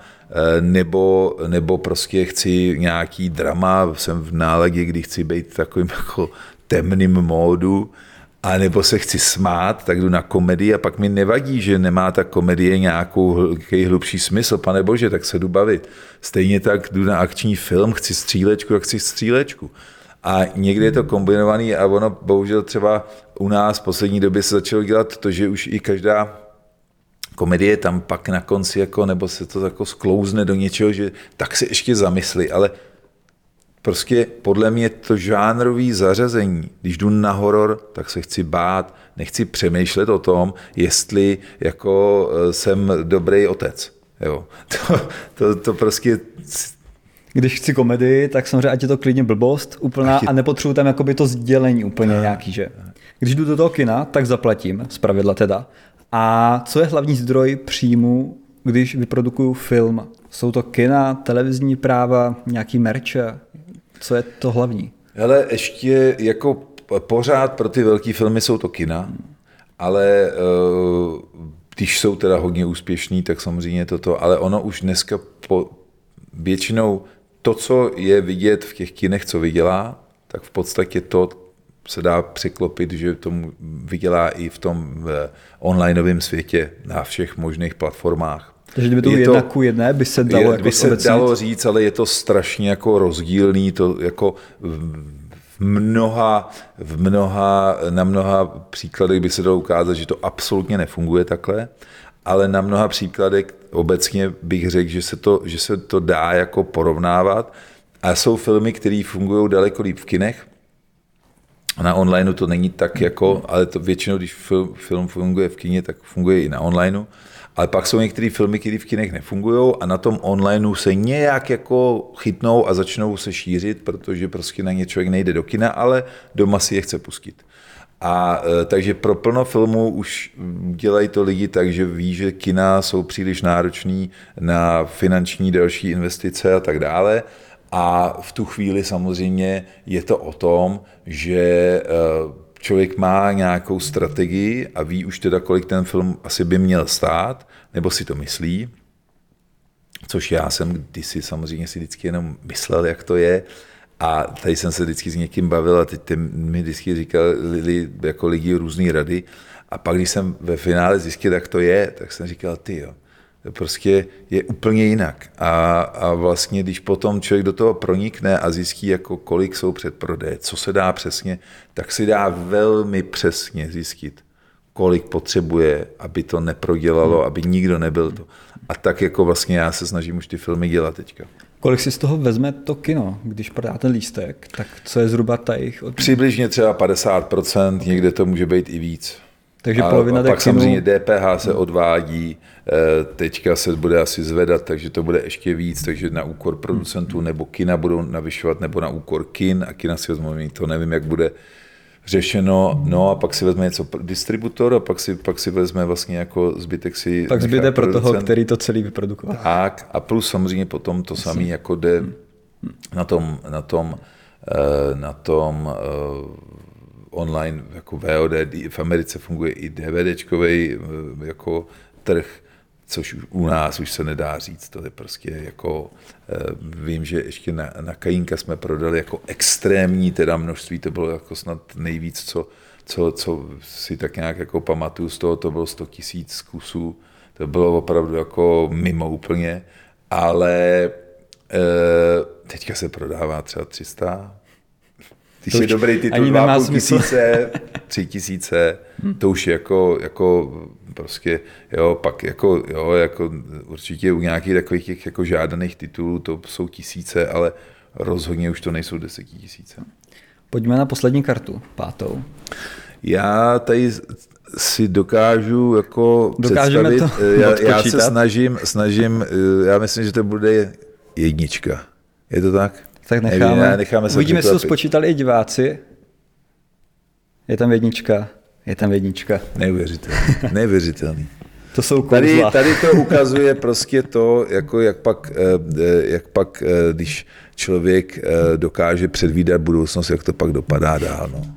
nebo prostě chci nějaký drama, jsem v náladě, kdy chci být takovým jako temným módu, a nebo se chci smát, tak jdu na komedii a pak mi nevadí, že nemá ta komedie nějaký hlubší smysl, pane bože, tak se jdu bavit. Stejně tak jdu na akční film, chci střílečku, tak chci střílečku. A někdy je to kombinovaný a ono bohužel třeba u nás v poslední době se začalo dělat to, že už i každá komedie tam pak na konci, jako, nebo se to jako sklouzne do něčeho, že tak se ještě zamysli, ale prostě podle mě to žánrový zařazení, když jdu na horor, tak se chci bát, nechci přemýšlet o tom, jestli jako jsem dobrý otec. Jo. To prostě... Když chci komedii, tak samozřejmě ať je to klidně blbost úplná a nepotřebuji tam jakoby to sdělení úplně nějaký, že? Když jdu do toho kina, tak zaplatím, zpravidla teda. A co je hlavní zdroj příjmu, když vyprodukuju film? Jsou to kina, televizní práva, nějaký merče? Co je to hlavní? Hele, ještě jako pořád pro ty velké filmy jsou to kina, ale když jsou teda hodně úspěšný, tak samozřejmě toto, ale ono už dneska většinou to, co je vidět v těch kinech, co vydělá, tak v podstatě to se dá překlopit, že tomu vydělá i v tom onlineovém světě na všech možných platformách. Takže kdyby to jedna ku jedné, by se dalo jako dalo říct, ale je to strašně jako rozdílný, to jako na mnoha příkladech by se dalo ukázat, že to absolutně nefunguje takhle, ale na mnoha příkladech obecně bych řekl, že se to dá jako porovnávat a jsou filmy, které fungují daleko líp v kinech. Na onlineu to není tak jako, ale to většinou, když film funguje v kině, tak funguje i na onlineu. Ale pak jsou některé filmy, které v kinech nefungují a na tom onlineu se nějak jako chytnou a začnou se šířit, protože prostě na ně člověk nejde do kina, ale doma si je chce pustit. A takže pro plno filmů už dělají to lidi tak, že ví, že kina jsou příliš náročný na finanční další investice a tak dále. A v tu chvíli samozřejmě je to o tom, že člověk má nějakou strategii a ví už teda, kolik ten film asi by měl stát, nebo si to myslí. což já jsem kdysi samozřejmě si vždycky jenom myslel, jak to je. A tady jsem se vždycky s někým bavil a teď mi vždycky říkali jako lidi různý rady. A pak, když jsem ve finále zjistil, jak to je, tak jsem říkal, jo, to prostě je úplně jinak. A vlastně, když potom člověk do toho pronikne a zjistí, jako kolik jsou předprodeje, co se dá přesně, tak si dá velmi přesně zjistit, kolik potřebuje, aby to neprodělalo, aby nikdo nebyl to. A tak jako vlastně já se snažím už ty filmy dělat teďka. Kolik si z toho vezme to kino, když prodá ten lístek, tak co je zhruba ta jejich odměna? Přibližně třeba 50%, někde to může být i víc. Takže polovina a pak samozřejmě DPH se odvádí, teďka se bude asi zvedat, takže to bude ještě víc, takže na úkor producentů nebo kina budou navyšovat, nebo na úkor kin a kina si vezmou, to nevím, jak bude řešeno, no a pak si vezme něco distributor a pak si vezme vlastně jako zbytek si pak zbyde pro toho, který to celý vyprodukoval. Tak a plus samozřejmě potom to samé jako jde na tom online jako VOD, v Americe funguje i DVDčkovej jako trh, což u nás už se nedá říct, to je prostě jako, vím, že ještě na Kajínka jsme prodali jako extrémní teda množství, to bylo jako snad nejvíc, co si tak nějak jako pamatuju z toho, to bylo 100 000 kusů, to bylo opravdu jako mimo úplně, ale teďka se prodává třeba 300. Když je dobrý titul 2 500, 3 000, to už je jako prostě, jo, pak jako určitě u nějakých takových těch jako žádaných titulů to jsou tisíce, ale rozhodně už to nejsou 10 000. Pojďme na poslední kartu, 5. Já tady si dokážu jako dokážeme představit, já se snažím, já myslím, že to bude 1. Je to tak? Tak necháme uvidíme, jestli to spočítali i diváci. Je tam 1. Je tam 1. Neuvěřitelný. To jsou kouzla. Tady to ukazuje prostě to, jako jak pak, když člověk dokáže předvídat budoucnost, jak to pak dopadá dál. No.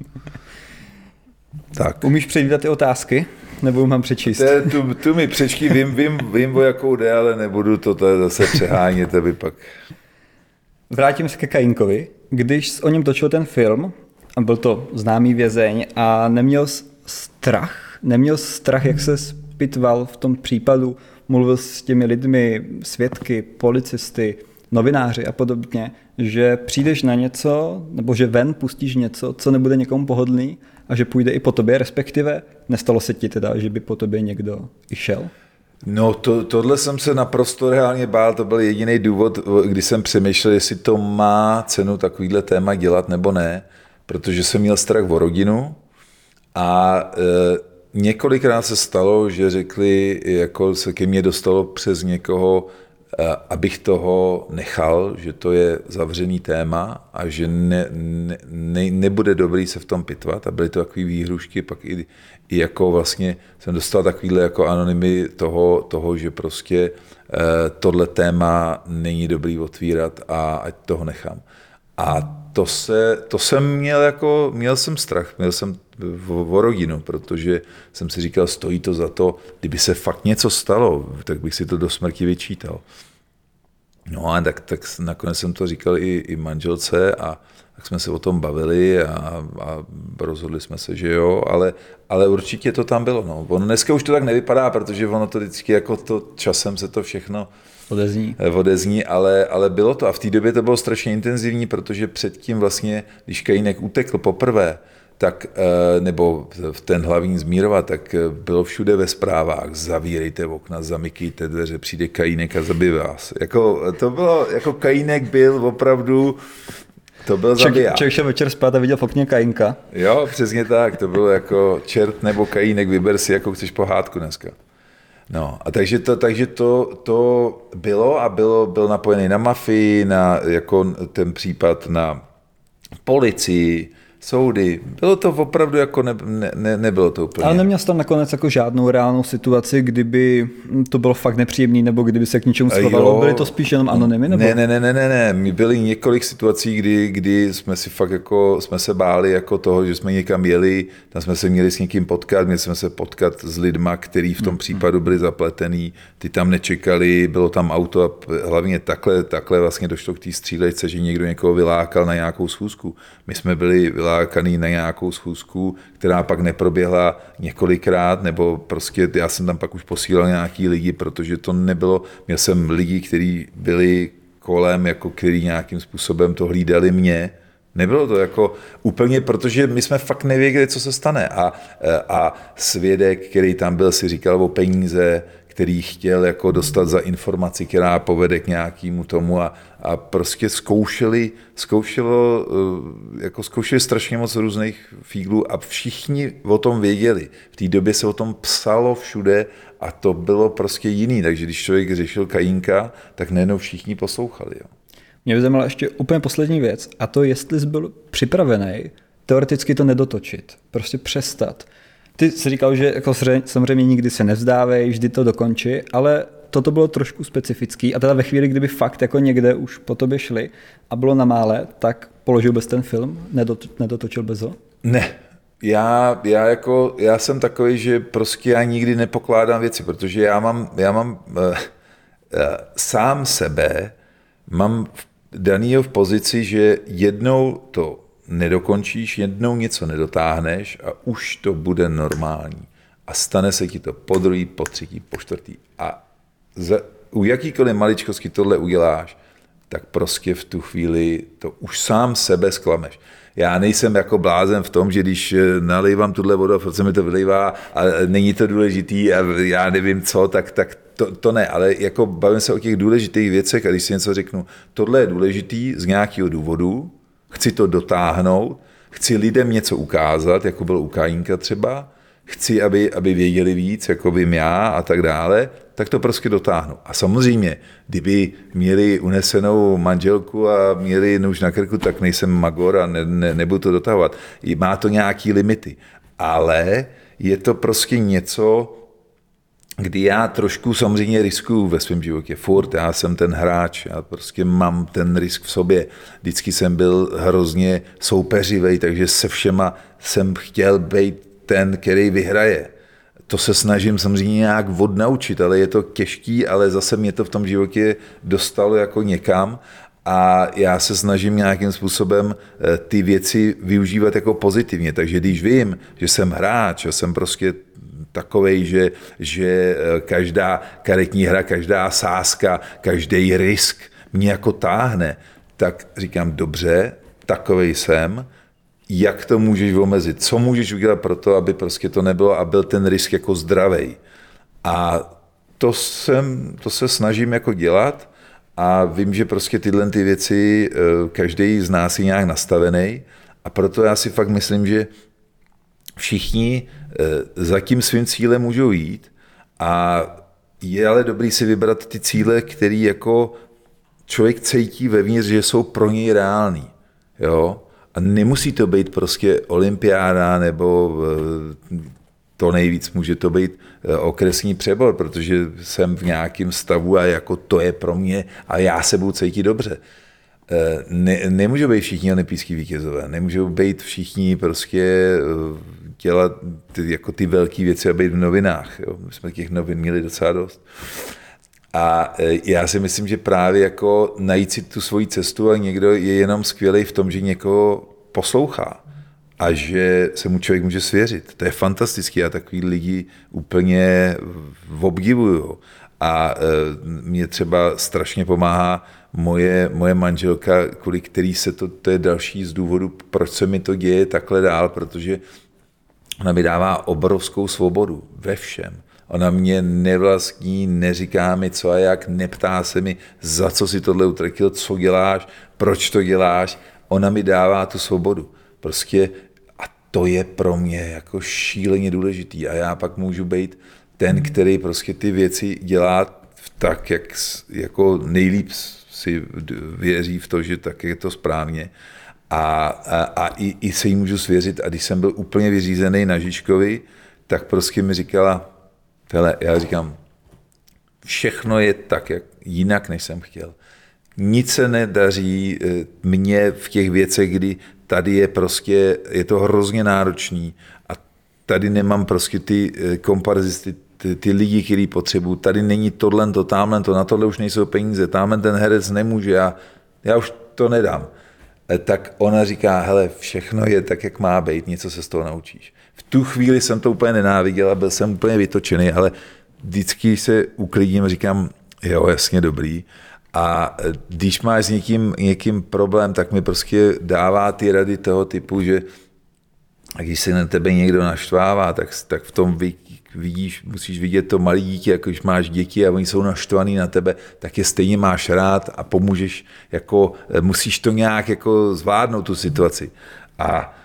Tak. Umíš předvídat ty otázky? Nebo mám přečíst? Tu mi přečti, vím, o jakou jde, ale nebudu to zase přehánět, aby pak... Vrátím se ke Kajínkovi. Když o něm točil ten film, a byl to známý vězeň a neměl strach, jak se zpytval v tom případu, mluvil s těmi lidmi, svědky, policisty, novináři a podobně, že přijdeš na něco, nebo že ven pustíš něco, co nebude někomu pohodlný a že půjde i po tobě, respektive nestalo se ti teda, že by po tobě někdo i šel? No tohle jsem se naprosto reálně bál, to byl jediný důvod, kdy jsem přemýšlel, jestli to má cenu takovýhle téma dělat nebo ne, protože jsem měl strach o rodinu a několikrát se stalo, že řekli, jako se ke mně dostalo přes někoho, abych toho nechal, že to je zavřený téma a že nebude dobrý se v tom pitvat a byly to takové výhrušky, pak i jako vlastně jsem dostal takovýhle jako anonymy toho, že prostě tohle téma není dobrý otvírat a ať toho nechám. A to jsem měl jsem strach, měl jsem o rodinu, protože jsem si říkal, stojí to za to, kdyby se fakt něco stalo, tak bych si to do smrti vyčítal. No a tak nakonec jsem to říkal i manželce a tak jsme se o tom bavili a rozhodli jsme se, že jo, ale určitě to tam bylo. No. Ono dneska už to tak nevypadá, protože ono to vždycky jako to časem se to všechno odezní, ale bylo to a v té době to bylo strašně intenzivní, protože předtím vlastně, když Kajínek utekl poprvé, tak, nebo v ten hlavní Zmírova, tak bylo všude ve zprávách, zavírejte okna, zamykejte dveře, přijde Kajínek a zabije vás. To bylo, jako Kajínek byl opravdu, to byl zabiják. Člověk šel večer spát a viděl v okně Kajínka. Jo, přesně tak, to bylo jako čert nebo Kajínek, vyber si, jako chceš pohádku dneska. No, a takže to bylo a byl napojený na mafii, na jako ten případ na policii, soudy. Bylo to opravdu jako, nebylo to úplně. Ale neměl jsi tam nakonec jako žádnou reálnou situaci, kdyby to bylo fakt nepříjemný, nebo kdyby se k něčemu schovalo, byly to spíš jenom anonymy? Nebo? Ne. My byli několik situací, kdy jsme si fakt jako, jsme se báli jako toho, že jsme někam jeli, tam jsme se měli s někým potkat, měli jsme se potkat s lidma, kteří v tom případu byli zapletený, ty tam nečekali, bylo tam auto a hlavně takhle vlastně došlo k té střílejce, že někdo někoho vylákal na nějakou schůzku. My jsme byli vylákaný na nějakou schůzku, která pak neproběhla několikrát, nebo prostě já jsem tam pak už posílal nějaký lidi, protože to nebylo, měl jsem lidi, kteří byli kolem, jako který nějakým způsobem to hlídali mě. Nebylo to jako úplně, protože my jsme fakt nevěděli, co se stane. A svědek, který tam byl, si říkal o peníze, který chtěl jako dostat za informaci, která povede k nějakému tomu a prostě zkoušeli strašně moc různých fíglů a všichni o tom věděli. V té době se o tom psalo všude a to bylo prostě jiný. Takže když člověk řešil Kajínka, tak najednou všichni poslouchali. Jo. Mě by zajímala ještě úplně poslední věc a to, jestli jsi byl připravený teoreticky to nedotočit, prostě přestat. Ty jsi říkal, že jako samozřejmě nikdy se nevzdávej, vždy to dokonči, ale toto bylo trošku specifický a teda ve chvíli, kdyby fakt jako někde už po tobě šli a bylo na mále, tak položil bys ten film, nedotočil bys ho? Ne, já jsem takový, že prostě já nikdy nepokládám věci, protože já mám sám sebe, mám danýho v pozici, že jednou to nedokončíš, jednou něco nedotáhneš a už to bude normální. A stane se ti to po druhý, po třetí, po čtvrtý. A u jakýkoliv maličkosti tohle uděláš, tak prostě v tu chvíli to už sám sebe zklameš. Já nejsem jako blázen v tom, že když nalejvám tuhle vodu a furt se mi to vylejvá a není to důležitý a já nevím co, tak to ne, ale jako bavím se o těch důležitých věcech a když si něco řeknu, tohle je důležitý z nějakého důvodu, chci to dotáhnout, chci lidem něco ukázat, jako byl u Kajínka třeba, chci, aby věděli víc, jako vím já a tak dále, tak to prostě dotáhnu. A samozřejmě, kdyby měli unesenou manželku a měli nůž na krku, tak nejsem magor a nebudu to dotahovat. Má to nějaký limity. Ale je to prostě něco, kdy já trošku samozřejmě riskuju ve svém životě. Furt, já jsem ten hráč, já prostě mám ten risk v sobě. Vždycky jsem byl hrozně soupeřivej, takže se všema jsem chtěl být ten, který vyhraje. To se snažím samozřejmě nějak odnaučit, ale je to těžký, ale zase mě to v tom životě dostalo jako někam a já se snažím nějakým způsobem ty věci využívat jako pozitivně. Takže když vím, že jsem hráč, že jsem prostě takovej, že každá karetní hra, každá sázka, každý risk mě jako táhne, tak říkám, dobře, takovej jsem, jak to můžeš omezit, co můžeš udělat pro to, aby prostě to nebylo a byl ten risk jako zdravej. A to se snažím jako dělat a vím, že prostě tyhle ty věci každý z nás je nějak nastavený a proto já si fakt myslím, že všichni za tím svým cílem můžou jít a je ale dobrý si vybrat ty cíle, který jako člověk cítí vevnitř, že jsou pro něj reální. Jo? A nemusí to být prostě olympiáda nebo to nejvíc může to být okresní přebor, protože jsem v nějakém stavu a jako to je pro mě a já se budu cítit dobře. Nemůžou být všichni olympijský vítězové, nemůžou být všichni prostě dělat jako ty velké věci a být v novinách. Jo? My jsme těch novin měli docela dost. A já si myslím, že právě jako najít si tu svoji cestu a někdo je jenom skvělý v tom, že někoho poslouchá a že se mu člověk může svěřit. To je fantastický, já takový lidi úplně obdivuju. A mě třeba strašně pomáhá moje manželka, kvůli který se to je další z důvodu, proč se mi to děje takhle dál, protože ona mi dává obrovskou svobodu ve všem. Ona mě nevlastní, neříká mi co a jak, neptá se mi, za co si tohle utratil, co děláš, proč to děláš. Ona mi dává tu svobodu. Prostě a to je pro mě jako šíleně důležitý. A já pak můžu být ten, který prostě ty věci dělá tak, jak jako nejlíp si věří v to, že tak je to správně. a i se jí můžu svěřit. A když jsem byl úplně vyřízený na Žižkovi, tak prostě mi říkala, hele, já říkám, všechno je tak, jak jinak, než jsem chtěl. Nic se nedaří mně v těch věcech, kdy tady je to hrozně náročný a tady nemám prostě ty komparzisty, ty lidi, který potřebuju. Tady není tohle, tamhle, na tohle už nejsou peníze, tamhle ten herec nemůže, já už to nedám. Tak ona říká, hele, všechno je tak, jak má být, něco se z toho naučíš. V tu chvíli jsem to úplně nenáviděl a byl jsem úplně vytočený, ale vždycky se uklidím a říkám, jo, jasně, dobrý. A když máš s někým problém, tak mi prostě dává ty rady toho typu, že když se na tebe někdo naštvává, tak v tom vidíš, musíš vidět to malé dítě, jako když máš děti a oni jsou naštvaný na tebe, tak je stejně máš rád a pomůžeš, jako musíš to nějak jako zvládnout tu situaci. A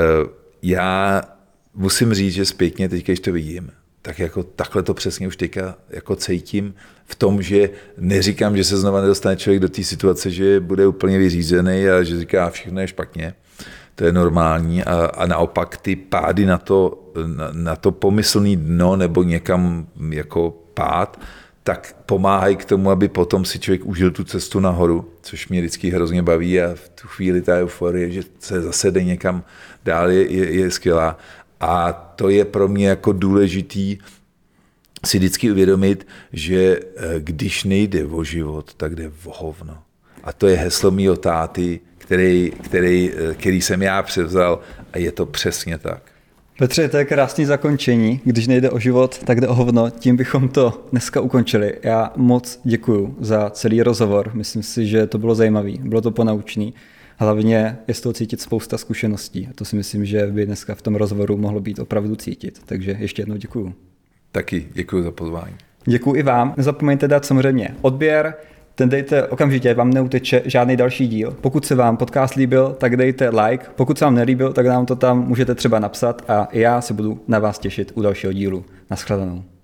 já musím říct, že zpětně teď, když to vidím, tak jako takhle to přesně už teďka jako cítím v tom, že neříkám, že se znova nedostane člověk do té situace, že bude úplně vyřízený a že říká, všechno je špatně. To je normální a naopak ty pády na to pomyslný dno nebo někam jako pád, tak pomáhají k tomu, aby potom si člověk užil tu cestu nahoru, což mě vždycky hrozně baví a v tu chvíli ta euforie, že se zase jde někam dál, je skvělá. A to je pro mě jako důležitý si vždycky uvědomit, že když nejde o život, tak jde o hovno. A to je heslo mýho táty, který jsem já převzal a je to přesně tak. Petře, to je krásné zakončení. Když nejde o život, tak jde o hovno. Tím bychom to dneska ukončili. Já moc děkuju za celý rozhovor. Myslím si, že to bylo zajímavý, bylo to ponaučný. Hlavně je z toho cítit spousta zkušeností. A to si myslím, že by dneska v tom rozhovoru mohlo být opravdu cítit. Takže ještě jednou děkuju. Taky děkuju za pozvání. Děkuju i vám. Nezapomeňte dát samozřejmě odběr. Ten dejte okamžitě, vám neuteče žádný další díl. Pokud se vám podcast líbil, tak dejte like. Pokud se vám nelíbil, tak nám to tam můžete třeba napsat a já se budu na vás těšit u dalšího dílu. Naschledanou.